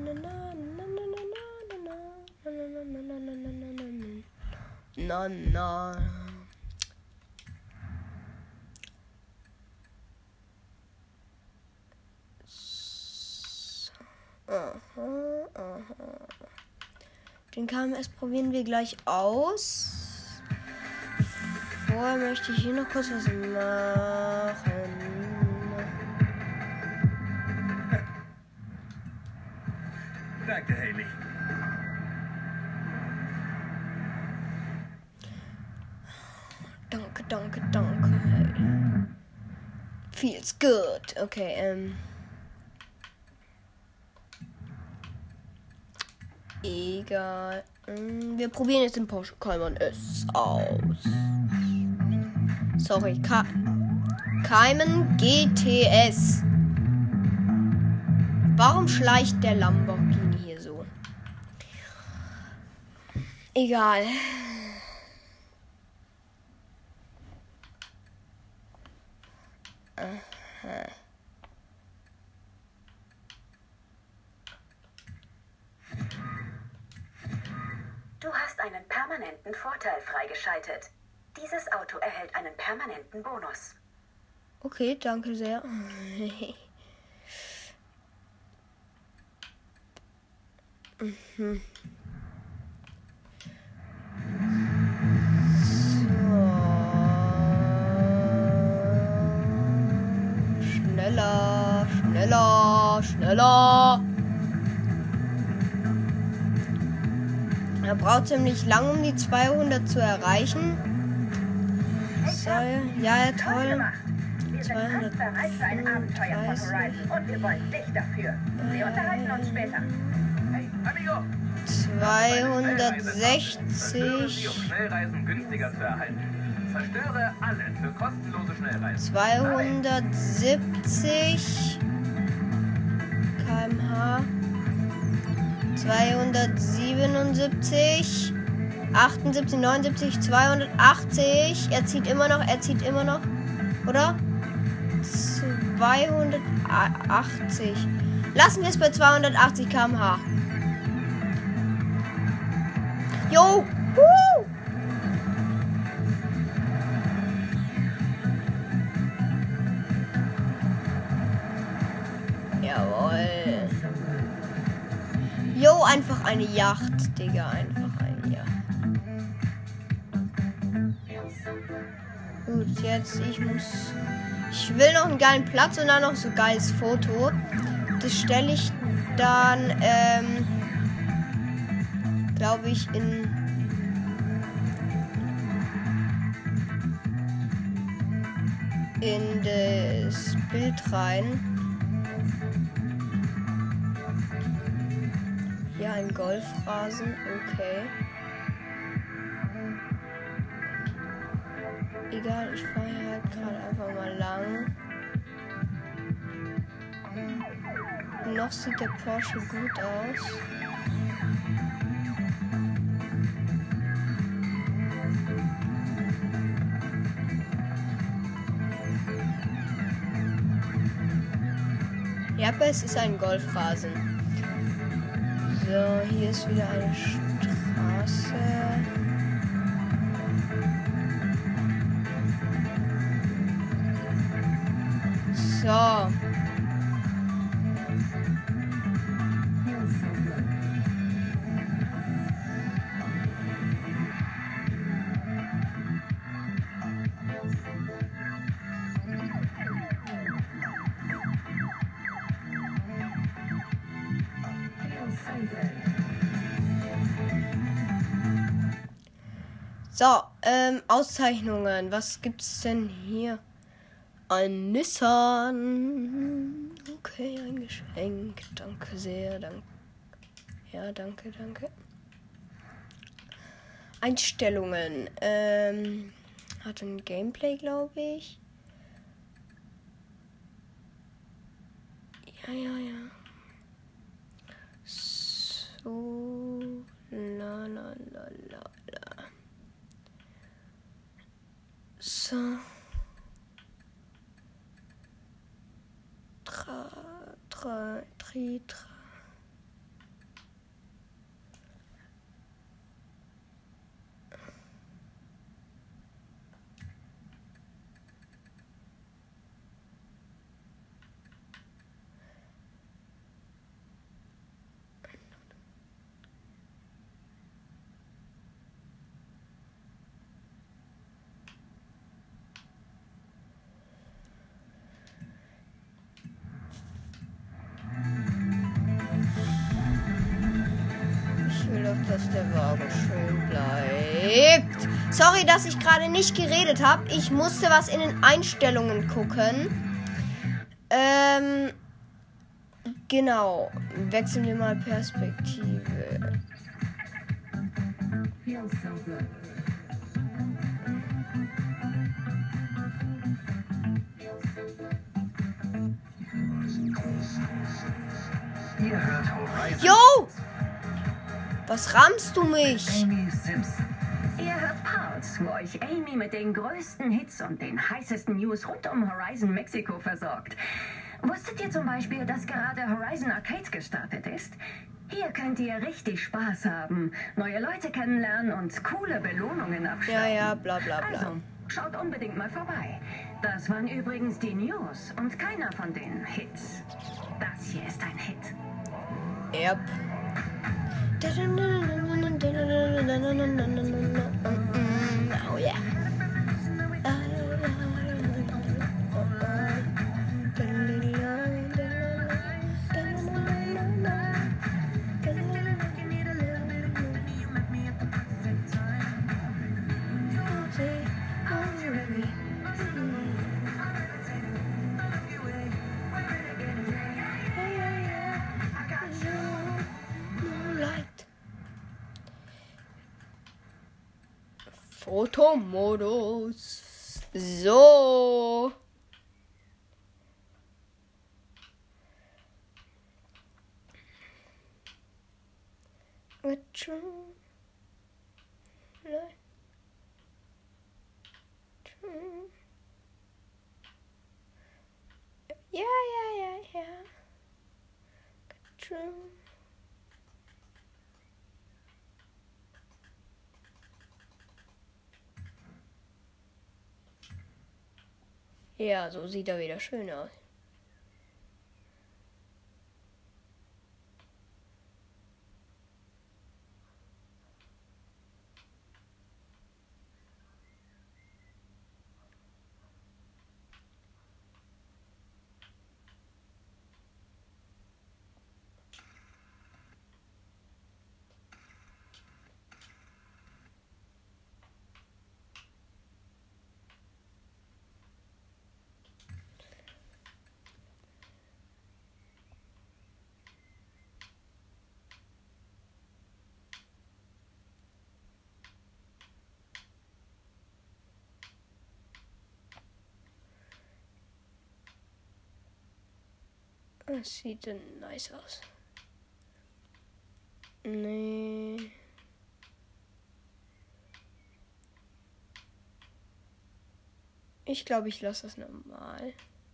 la la la. Aha, aha. Den K M S probieren wir gleich aus. Vorher möchte ich hier noch kurz was machen. Danke, Haley. Danke, danke, danke. Feels good. Okay, ähm. Egal. Wir probieren jetzt den Porsche Cayman S aus. Sorry, Ka Cayman G T S. Warum schleicht der Lamborghini hier so? Egal. Aha. Du hast einen permanenten Vorteil freigeschaltet. Dieses Auto erhält einen permanenten Bonus. Okay, danke sehr. Mhm. So. Schneller, schneller, schneller. Er braucht ziemlich lang, um die zweihundert zu erreichen. So, ja, toll. Wir sind fast bereit für ein Abenteuer von Horizon und wir wollen dich dafür. Wir unterhalten uns später. Hey, amigo! zweihundertsechzig. Um Schnellreisen günstiger zu erhalten. Zerstöre alle für kostenlose Schnellreisen. zweihundertsiebzig Kilometer pro Stunde. zweihundertsiebenundsiebzig. achtundsiebzig, neunundsiebzig, zweihundertachtzig. Er zieht immer noch, er zieht immer noch. Oder? zweihundertachtzig. Lassen wir es bei zweihundertachtzig Kilometer pro Stunde. Jo! Woo! Jawohl. Jo, einfach eine Yacht, Digga. Einfach eine Yacht. Gut, jetzt ich muss... Ich will noch einen geilen Platz und dann noch so geiles Foto. Das stelle ich dann, ähm... glaube ich, in... in das Bild rein. Ja, ein Golfrasen, okay. Egal, ich fahre hier halt gerade einfach mal lang. Noch sieht der Porsche gut aus. Ja, aber es ist ein Golfrasen. So, hier ist wieder eine Straße. So. So, ähm, Auszeichnungen. Was gibt's denn hier? Ein Nissan. Okay, ein Geschenk. Danke sehr. Danke. Ja, danke, danke. Einstellungen. Ähm, hat ein Gameplay, glaube ich. Ja, ja, ja. So. La, la, la, la, la. So. Tra, tra, tri, tra. Dass der Wagen schön bleibt. Sorry, dass ich gerade nicht geredet habe. Ich musste was in den Einstellungen gucken. Ähm, genau. Wechseln wir mal Perspektive. Jo! Was rammst du mich? Amy Simpson. Ihr hört Parts, wo euch Amy mit den größten Hits und den heißesten News rund um Horizon Mexiko versorgt. Wusstet ihr zum Beispiel, dass gerade Horizon Arcade gestartet ist? Hier könnt ihr richtig Spaß haben, neue Leute kennenlernen und coole Belohnungen abstauben. Ja, ja, bla bla bla. Also, schaut unbedingt mal vorbei. Das waren übrigens die News und keiner von den Hits. Das hier ist ein Hit. Yep. Oh yeah. Fotomodus. So. True. True. Yeah, yeah, yeah, yeah. True. Ja, so sieht er wieder schön aus. Das sieht dann nice aus. Nee. Ich glaube, ich lasse das normal.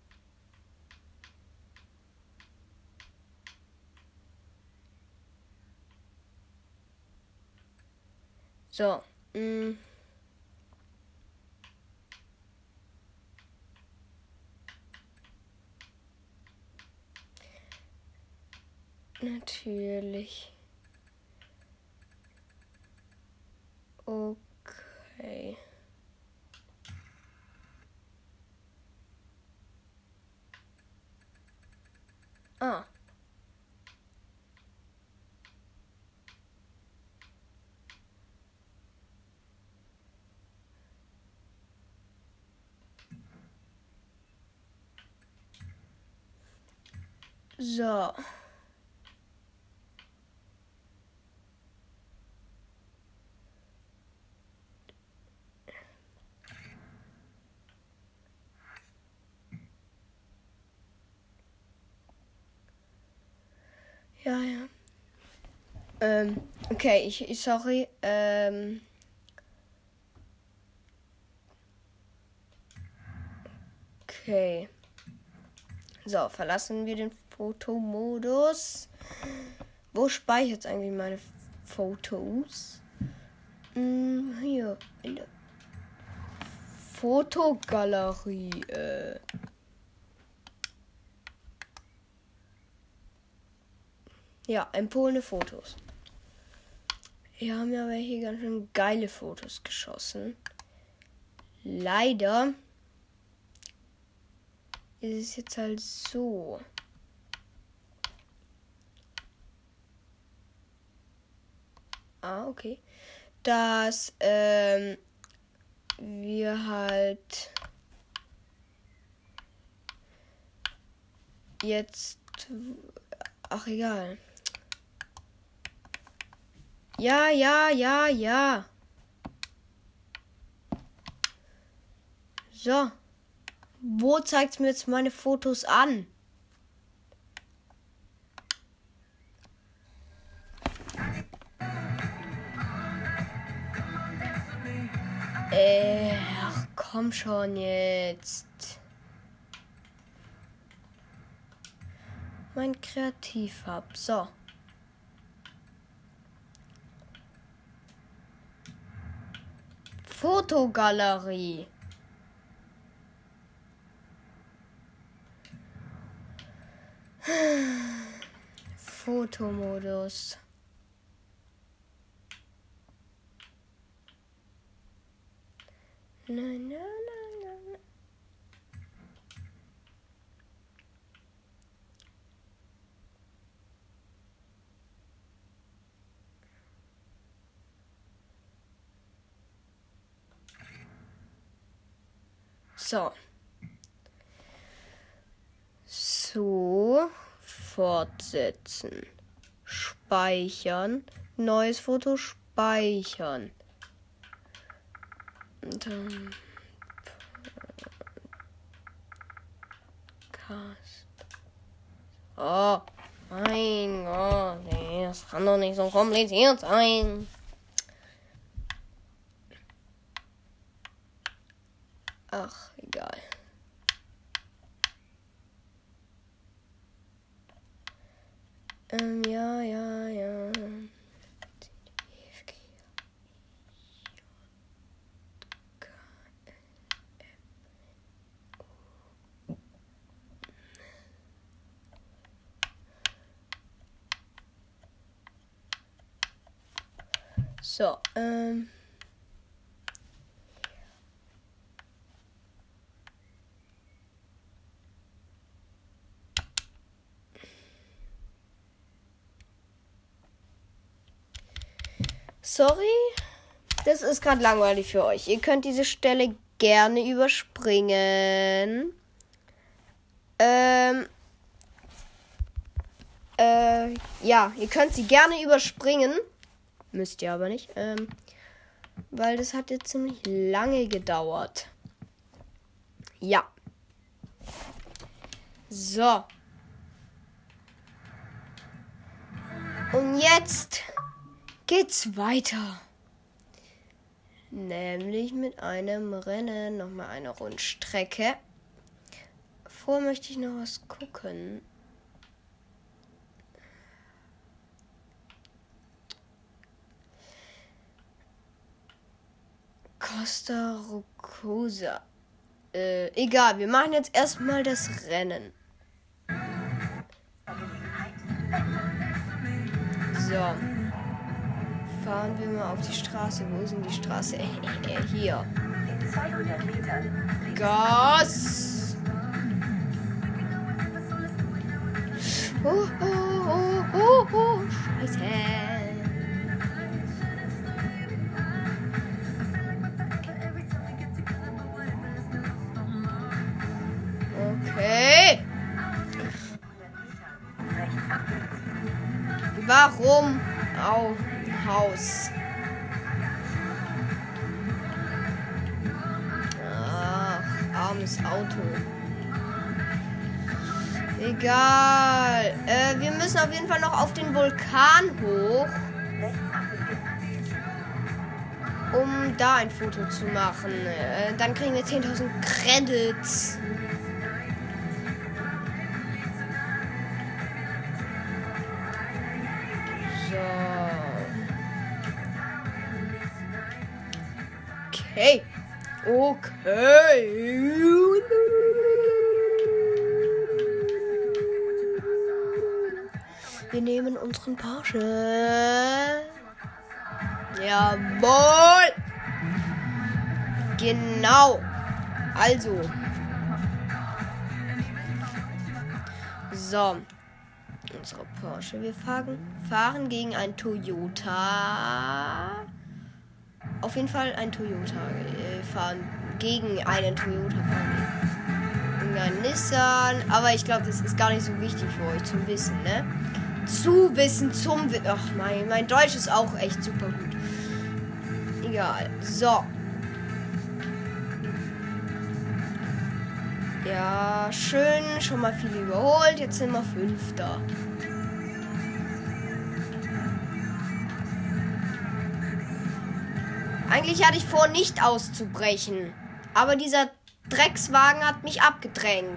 So. Mh. Natürlich. Okay. Ah. So. Ja, ja. Ähm, okay, ich, ich sorry. Ähm. Okay. So, verlassen wir den Fotomodus. Wo speichert es eigentlich meine Fotos? Hm, hier, in der Fotogalerie. Äh. Ja, empfohlene Fotos. Wir haben ja welche ganz schön geile Fotos geschossen. Leider ist es jetzt halt so. Ah, okay. Dass ähm, wir halt jetzt... Ach, egal. Ja, ja, ja, ja. So. Wo zeigt mir jetzt meine Fotos an? Äh, ach komm schon jetzt. Mein Kreativhub. So. Fotogalerie. Fotomodus. Nein, nein, nein, nein. So. So. Fortsetzen. Speichern. Neues Foto speichern. Und dann. Cast. Oh. Mein Gott. Das kann doch nicht so kompliziert sein. Ach, egal. Ähm, ja, ja, ja. So, ähm. Sorry, das ist gerade langweilig für euch. Ihr könnt diese Stelle gerne überspringen. Ähm, äh, ja, ihr könnt sie gerne überspringen. Müsst ihr aber nicht. Ähm, weil das hat jetzt ziemlich lange gedauert. Ja. So. Und jetzt geht's weiter. Nämlich mit einem Rennen. Nochmal eine Rundstrecke. Vorher möchte ich noch was gucken. Costa Rocosa. Äh, egal, wir machen jetzt erstmal das Rennen. So. Fahren wir mal auf die Straße. Wo ist denn die Straße? Äh, äh, hier. In zweihundert Metern. Gas! Oh, oh, oh, oh, oh, Scheiße. Okay. Warum? Au, Haus. Ach, armes Auto. Egal. Äh, wir müssen auf jeden Fall noch auf den Vulkan hoch, um da ein Foto zu machen. Äh, dann kriegen wir zehntausend Credits. So. Okay. Okay. Wir nehmen unseren Porsche. Jawohl. Genau. Also. So. Unsere Porsche. Wir fahren, fahren gegen ein Toyota. Auf jeden Fall ein Toyota. Wir fahren gegen einen Toyota. Fahren gegen einen Nissan. Aber ich glaube, das ist gar nicht so wichtig für euch zu wissen, ne? Zu wissen, zum Wissen. Ach, mein, mein Deutsch ist auch echt super gut. Egal. So. Ja, schön. Schon mal viel überholt. Jetzt sind wir Fünfter. Eigentlich hatte ich vor, nicht auszubrechen. Aber dieser Dreckswagen hat mich abgedrängt.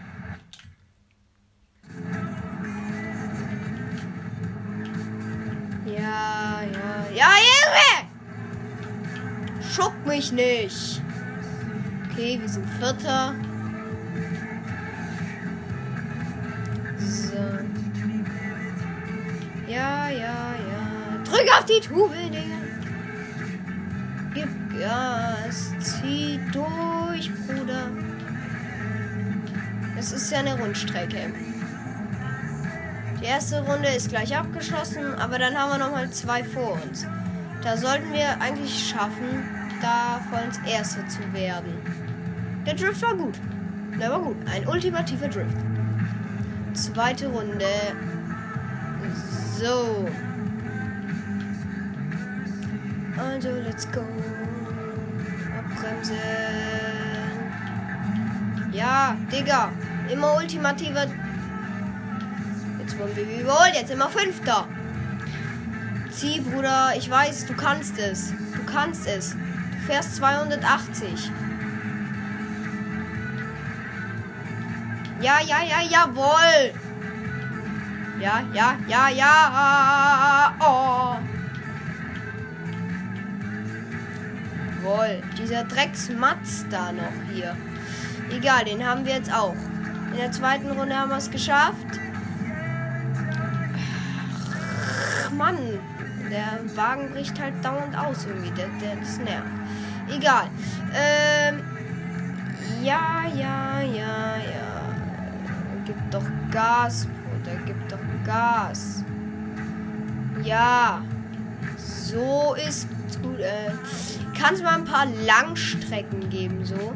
Ja, ja, ja, Junge! Schuck mich nicht. Okay, wir sind Vierter. So. Ja, ja, ja. Drück auf die Tube, Digga. Gib Gas. Zieh durch, Bruder. Es ist ja eine Rundstrecke. Die erste Runde ist gleich abgeschlossen, aber dann haben wir noch mal zwei vor uns. Da sollten wir eigentlich schaffen, da voll ins Erste zu werden. Der Drift war gut. Der war gut. Ein ultimativer Drift. Zweite Runde. So. Also, let's go. Abbremsen. Ja, Digga. Immer ultimativer. Jetzt wurden wir überholt. Jetzt immer Fünfter. Zieh, Bruder. Ich weiß, du kannst es. Du kannst es. Du fährst zweihundertachtzig. Ja, ja, ja, jawohl. Ja, ja, ja, ja. Oh. Jawohl. Dieser Drecksmatz da noch hier. Egal, den haben wir jetzt auch. In der zweiten Runde haben wir es geschafft. Ach, Mann. Der Wagen bricht halt dauernd aus irgendwie. Der, der, das nervt. Egal. Ähm. Ja, ja, ja, ja. Gib doch Gas, Bruder. Gib doch Gas. Ja. So ist gut. Äh, Kann es mal ein paar Langstrecken geben, so.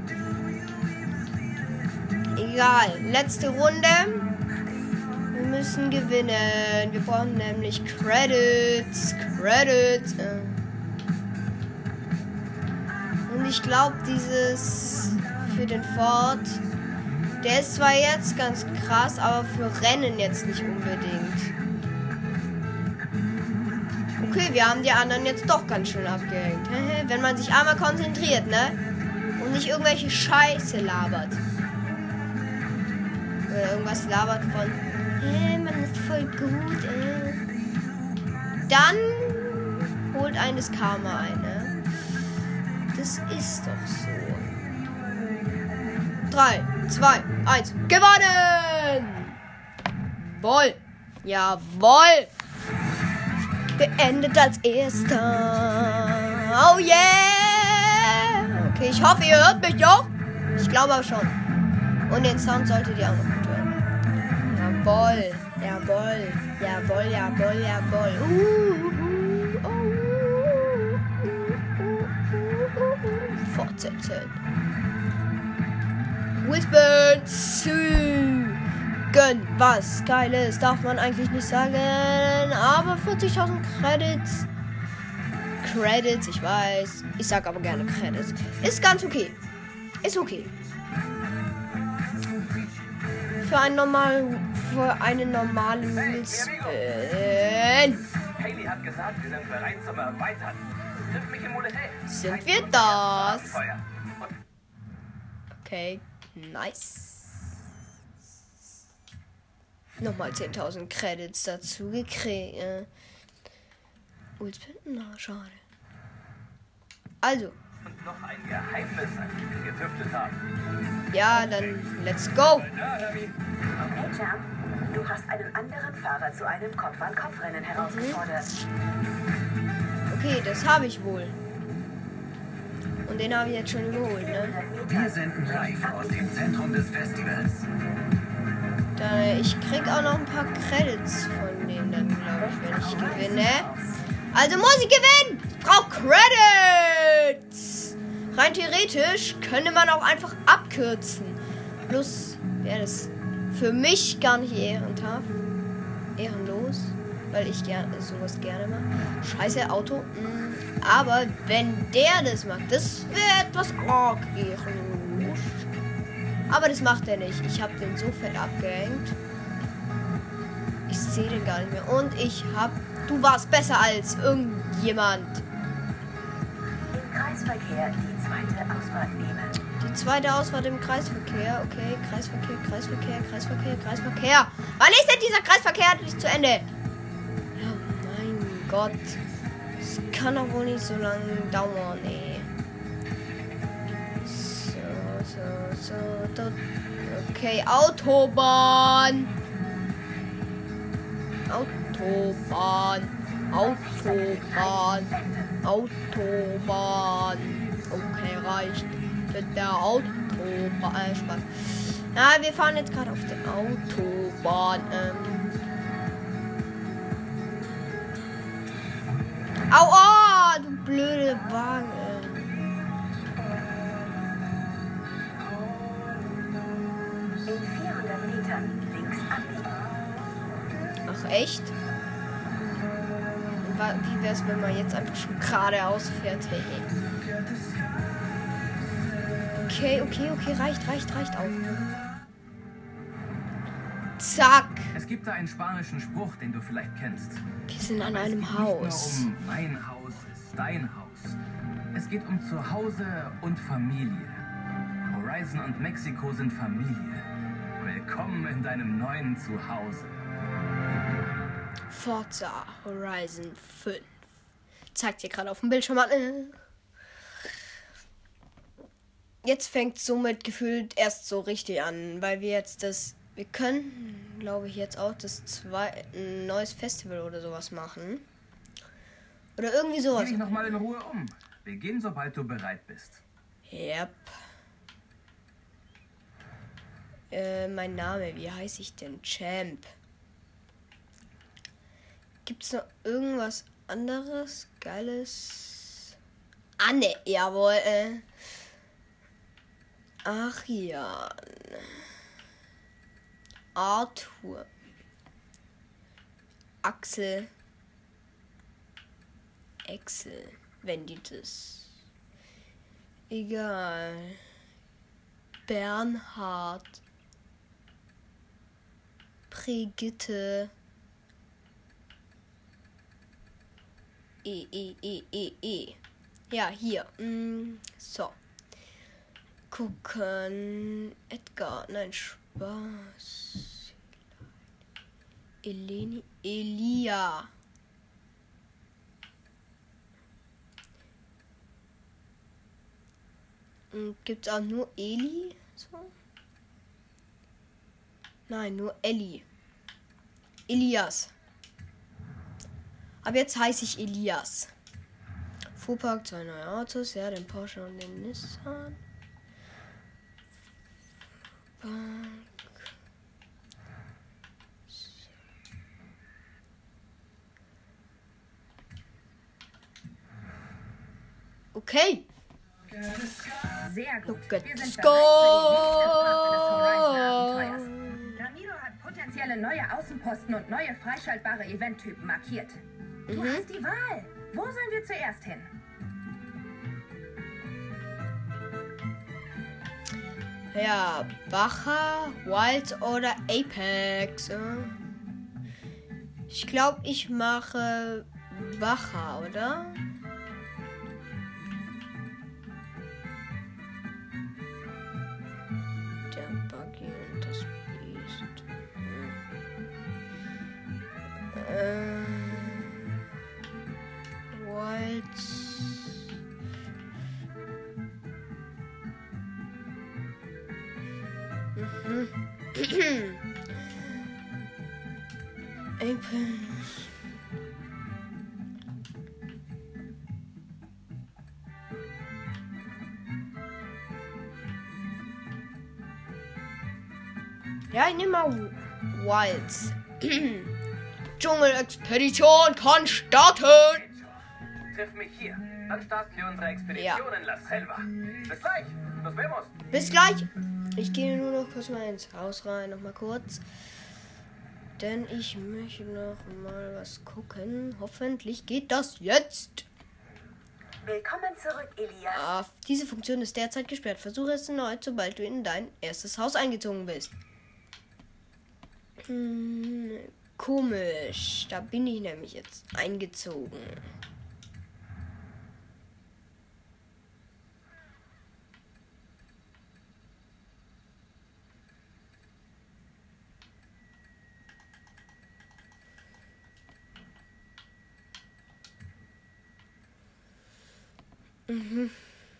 Egal. Letzte Runde. Wir müssen gewinnen. Wir brauchen nämlich Credits. Credits. Äh. Und ich glaube, dieses für den Ford, der ist zwar jetzt ganz krass, aber für Rennen jetzt nicht unbedingt. Okay, wir haben die anderen jetzt doch ganz schön abgehängt. Wenn man sich einmal konzentriert, ne? Und nicht irgendwelche Scheiße labert. Oder irgendwas labert von, hey, man ist voll gut, äh. Dann holt einen das Karma ein, ne? Das ist doch so. drei, zwei, eins, gewonnen! Jawohl! Jawohl! Beendet als erster. Oh yeah! Okay, ich hoffe, ihr hört mich doch. Ich glaube auch schon. Und den Sound solltet ihr auch noch gut hören. Jawohl! Jawohl! Jawohl, jawohl, jawohl. Uh, uh, uh, uh, uh, uh. Fortsetzen. Whisper zu. Gönn was Geiles, darf man eigentlich nicht sagen, aber vierzigtausend Credits. Credits, ich weiß. Ich sag aber gerne Credits. Ist ganz okay. Ist okay. Für einen normalen, für einen normalen Spin. Hayley hat gesagt, wir sind bereit zum Erweitern. Triff mich im Hotel. Sind wir das? Okay, nice. Nochmal zehntausend Credits dazu gekriegt. Äh. Na, schade. Also. Und noch ein Geheimnis, an dem wir getüftelt haben. Ja, dann let's go. Hey Jam, du hast einen anderen Fahrer zu einem Kopf-an-Kopf-Rennen herausgefordert. Okay, das habe ich wohl. Und den habe ich jetzt schon überholt, ne? Wir senden live aus dem Zentrum des Festivals. Da, ich krieg auch noch ein paar Credits von denen dann, glaube ich, wenn ich gewinne. Also muss ich gewinnen! Ich brauche Credits! Rein theoretisch könnte man auch einfach abkürzen. Plus wäre das für mich gar nicht ehrenhaft. Ehrenlos. Weil ich gerne sowas gerne mache. Scheiße, Auto. Aber wenn der das macht, das wäre etwas arg ehrenlos. Aber das macht er nicht. Ich habe den so fett abgehängt. Ich sehe den gar nicht mehr. Und ich hab... Du warst besser als irgendjemand. Im Kreisverkehr die zweite Ausfahrt nehmen. Die zweite Ausfahrt im Kreisverkehr. Okay, Kreisverkehr, Kreisverkehr, Kreisverkehr, Kreisverkehr. Wann ist denn dieser Kreisverkehr endlich zu Ende? Oh mein Gott. Das kann doch wohl nicht so lange dauern, ey. So, so, so. Okay, Autobahn. Autobahn. Autobahn. Autobahn. Okay, reicht. Mit der Autobahn. Äh, Spaß. Ja, wir fahren jetzt gerade auf der Autobahn. Ähm. Au, oh, du blöde Wagen. In vierhundert Metern links abbiegen. Ach, echt? Wie wär's, wenn man jetzt einfach schon geradeaus fährt? Hey. Okay, okay, okay, reicht, reicht, reicht auch. Zack. Es gibt da einen spanischen Spruch, den du vielleicht kennst. Wir sind an Aber einem es geht Haus. Nicht nur um mein Haus ist dein Haus. Es geht um Zuhause und Familie. Horizon und Mexiko sind Familie. Willkommen in deinem neuen Zuhause. Forza Horizon fünf. Zeigt ihr gerade auf dem Bildschirm an. Jetzt fängt somit gefühlt erst so richtig an, weil wir jetzt das, wir können, glaube ich, jetzt auch das zwei, ein neues Festival oder sowas machen. Oder irgendwie sowas. Sieh dich nochmal in Ruhe um. Beginn, sobald du bereit bist. Yep. Äh, mein Name, wie heiße ich denn? Champ. Gibt's noch irgendwas anderes? Geiles? Anne, jawohl. Äh. Arian. Arthur. Axel. Excel. Wenn die das. Egal. Bernhard. Brigitte. E, E, E, E, E. Ja, hier. Mm, so. Gucken. Edgar. Nein, Spaß. Eleni. Elia. Gibt es auch nur Eli? So? Nein, nur Elli. Elias. Aber jetzt heiße ich Elias. Fuhrpark, zwei neue Autos. Ja, den Porsche und den Nissan. Fuhrpark. Okay. Sehr gut. Let's Wir sind go. bereit für die nächste Phase des Horizon-Abenteuers. Ramiro hat potenzielle neue Außenposten und neue freischaltbare Eventtypen markiert. Du Mhm. hast die Wahl. Wo sollen wir zuerst hin? Ja, Baja, Wild oder Apex. Ich glaube, ich mache Baja, oder? Der Buggy und das Biest. Ähm, Wild. Mhm. Apex. Ja, ich nehme mal Wilds. Dschungelexpedition kann starten. Triff mich hier. Dann starten wir unsere Expedition Ja. in La Selva. Bis gleich. Nos vemos. Bis gleich. Ich gehe nur noch kurz mal ins Haus rein, noch mal kurz. Denn ich möchte noch mal was gucken. Hoffentlich geht das jetzt. Willkommen zurück, Elias. Ah, diese Funktion ist derzeit gesperrt. Versuche es erneut, sobald du in dein erstes Haus eingezogen bist. Hm, komisch. Da bin ich nämlich jetzt eingezogen. Mhm.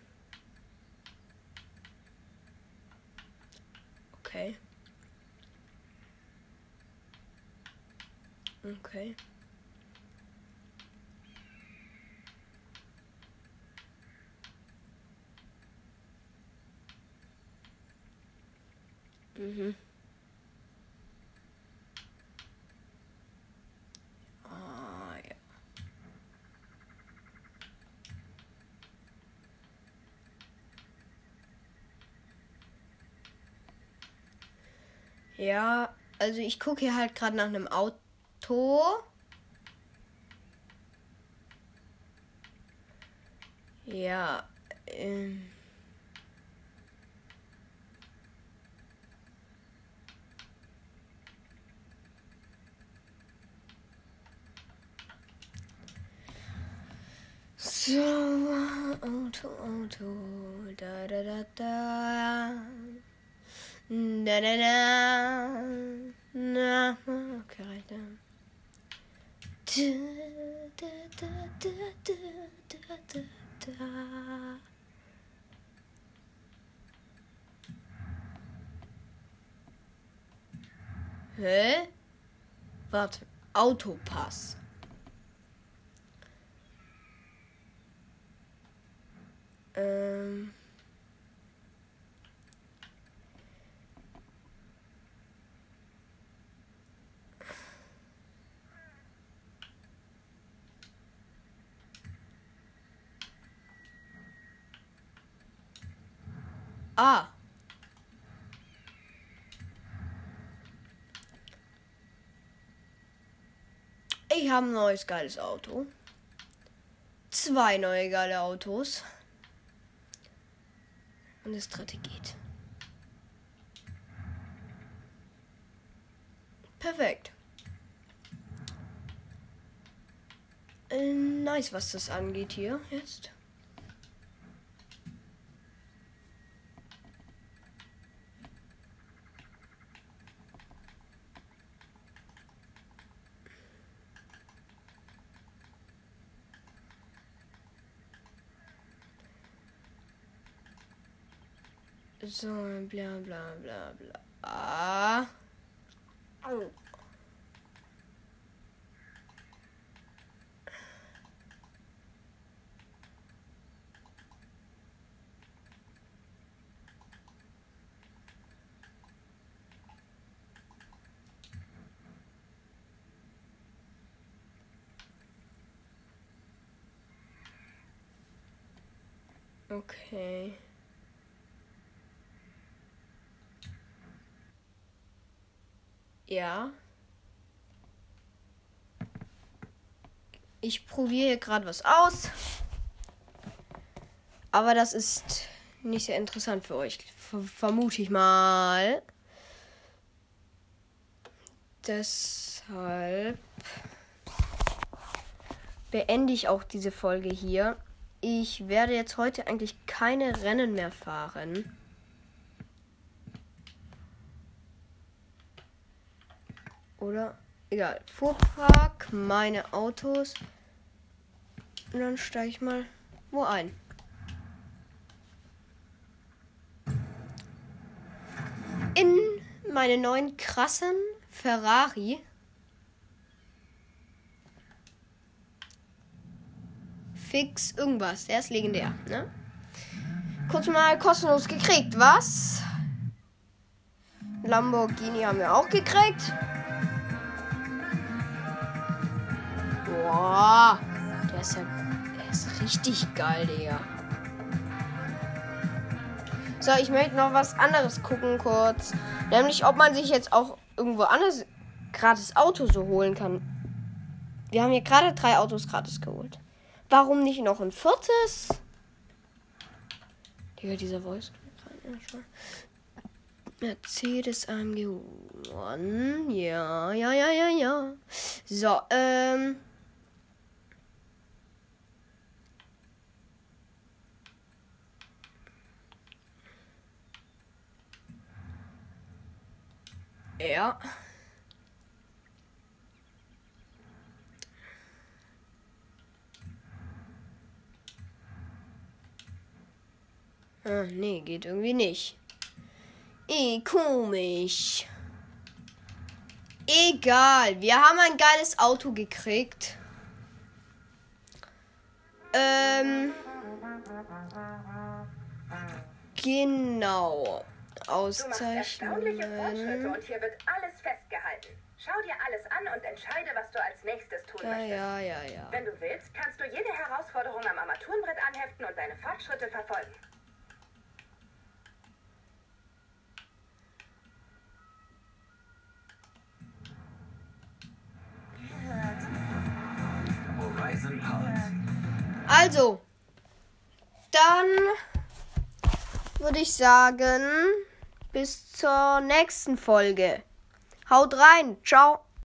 Okay. Okay. Mhm. Ah, ja. Ja, also ich gucke hier halt gerade nach einem Auto. Ja, ähm. So, Auto, Auto, da, da, da, da. Da, da, da. Na, okay, reicht dann. Da, da, da, da, da, da, da. Hä? Warte, Autopass. Ähm. Ah. Ich habe ein neues geiles Auto. Zwei neue geile Autos. Und das dritte geht. Perfekt. äh, nice, was das angeht hier jetzt. So, bla bla bla bla. Au. Okay. Ja. Ich probiere gerade was aus. Aber das ist nicht sehr interessant für euch. Ver- vermute ich mal. Deshalb beende ich auch diese Folge hier. Ich werde jetzt heute eigentlich keine Rennen mehr fahren. Oder? Egal. Fuhrpark, meine Autos. Und dann steige ich mal wo ein. In meinen neuen krassen Ferrari. Fix irgendwas. Der ist legendär, ne? Kurz mal kostenlos gekriegt, was? Lamborghini haben wir auch gekriegt. Boah, der ist ja, der ist richtig geil, Digga. So, ich möchte noch was anderes gucken kurz. Nämlich, ob man sich jetzt auch irgendwo anders gratis Auto so holen kann. Wir haben hier gerade drei Autos gratis geholt. Warum nicht noch ein viertes? Digga, dieser Voice. Mercedes A M G One. Ja, ja, ja, ja, ja. So, ähm. Ja. Ah, nee, geht irgendwie nicht. Eh, komisch. Egal, wir haben ein geiles Auto gekriegt. Ähm. Genau. Du machst erstaunliche Fortschritte Auszeichnungen. und hier wird alles festgehalten. Schau dir alles an und entscheide, was du als nächstes tun Ja, möchtest. ja, ja, ja. Wenn du willst, kannst du jede Herausforderung am Armaturenbrett anheften und deine Fortschritte verfolgen. Horizon Powered. Also, dann würde ich sagen, bis zur nächsten Folge. Haut rein. Ciao.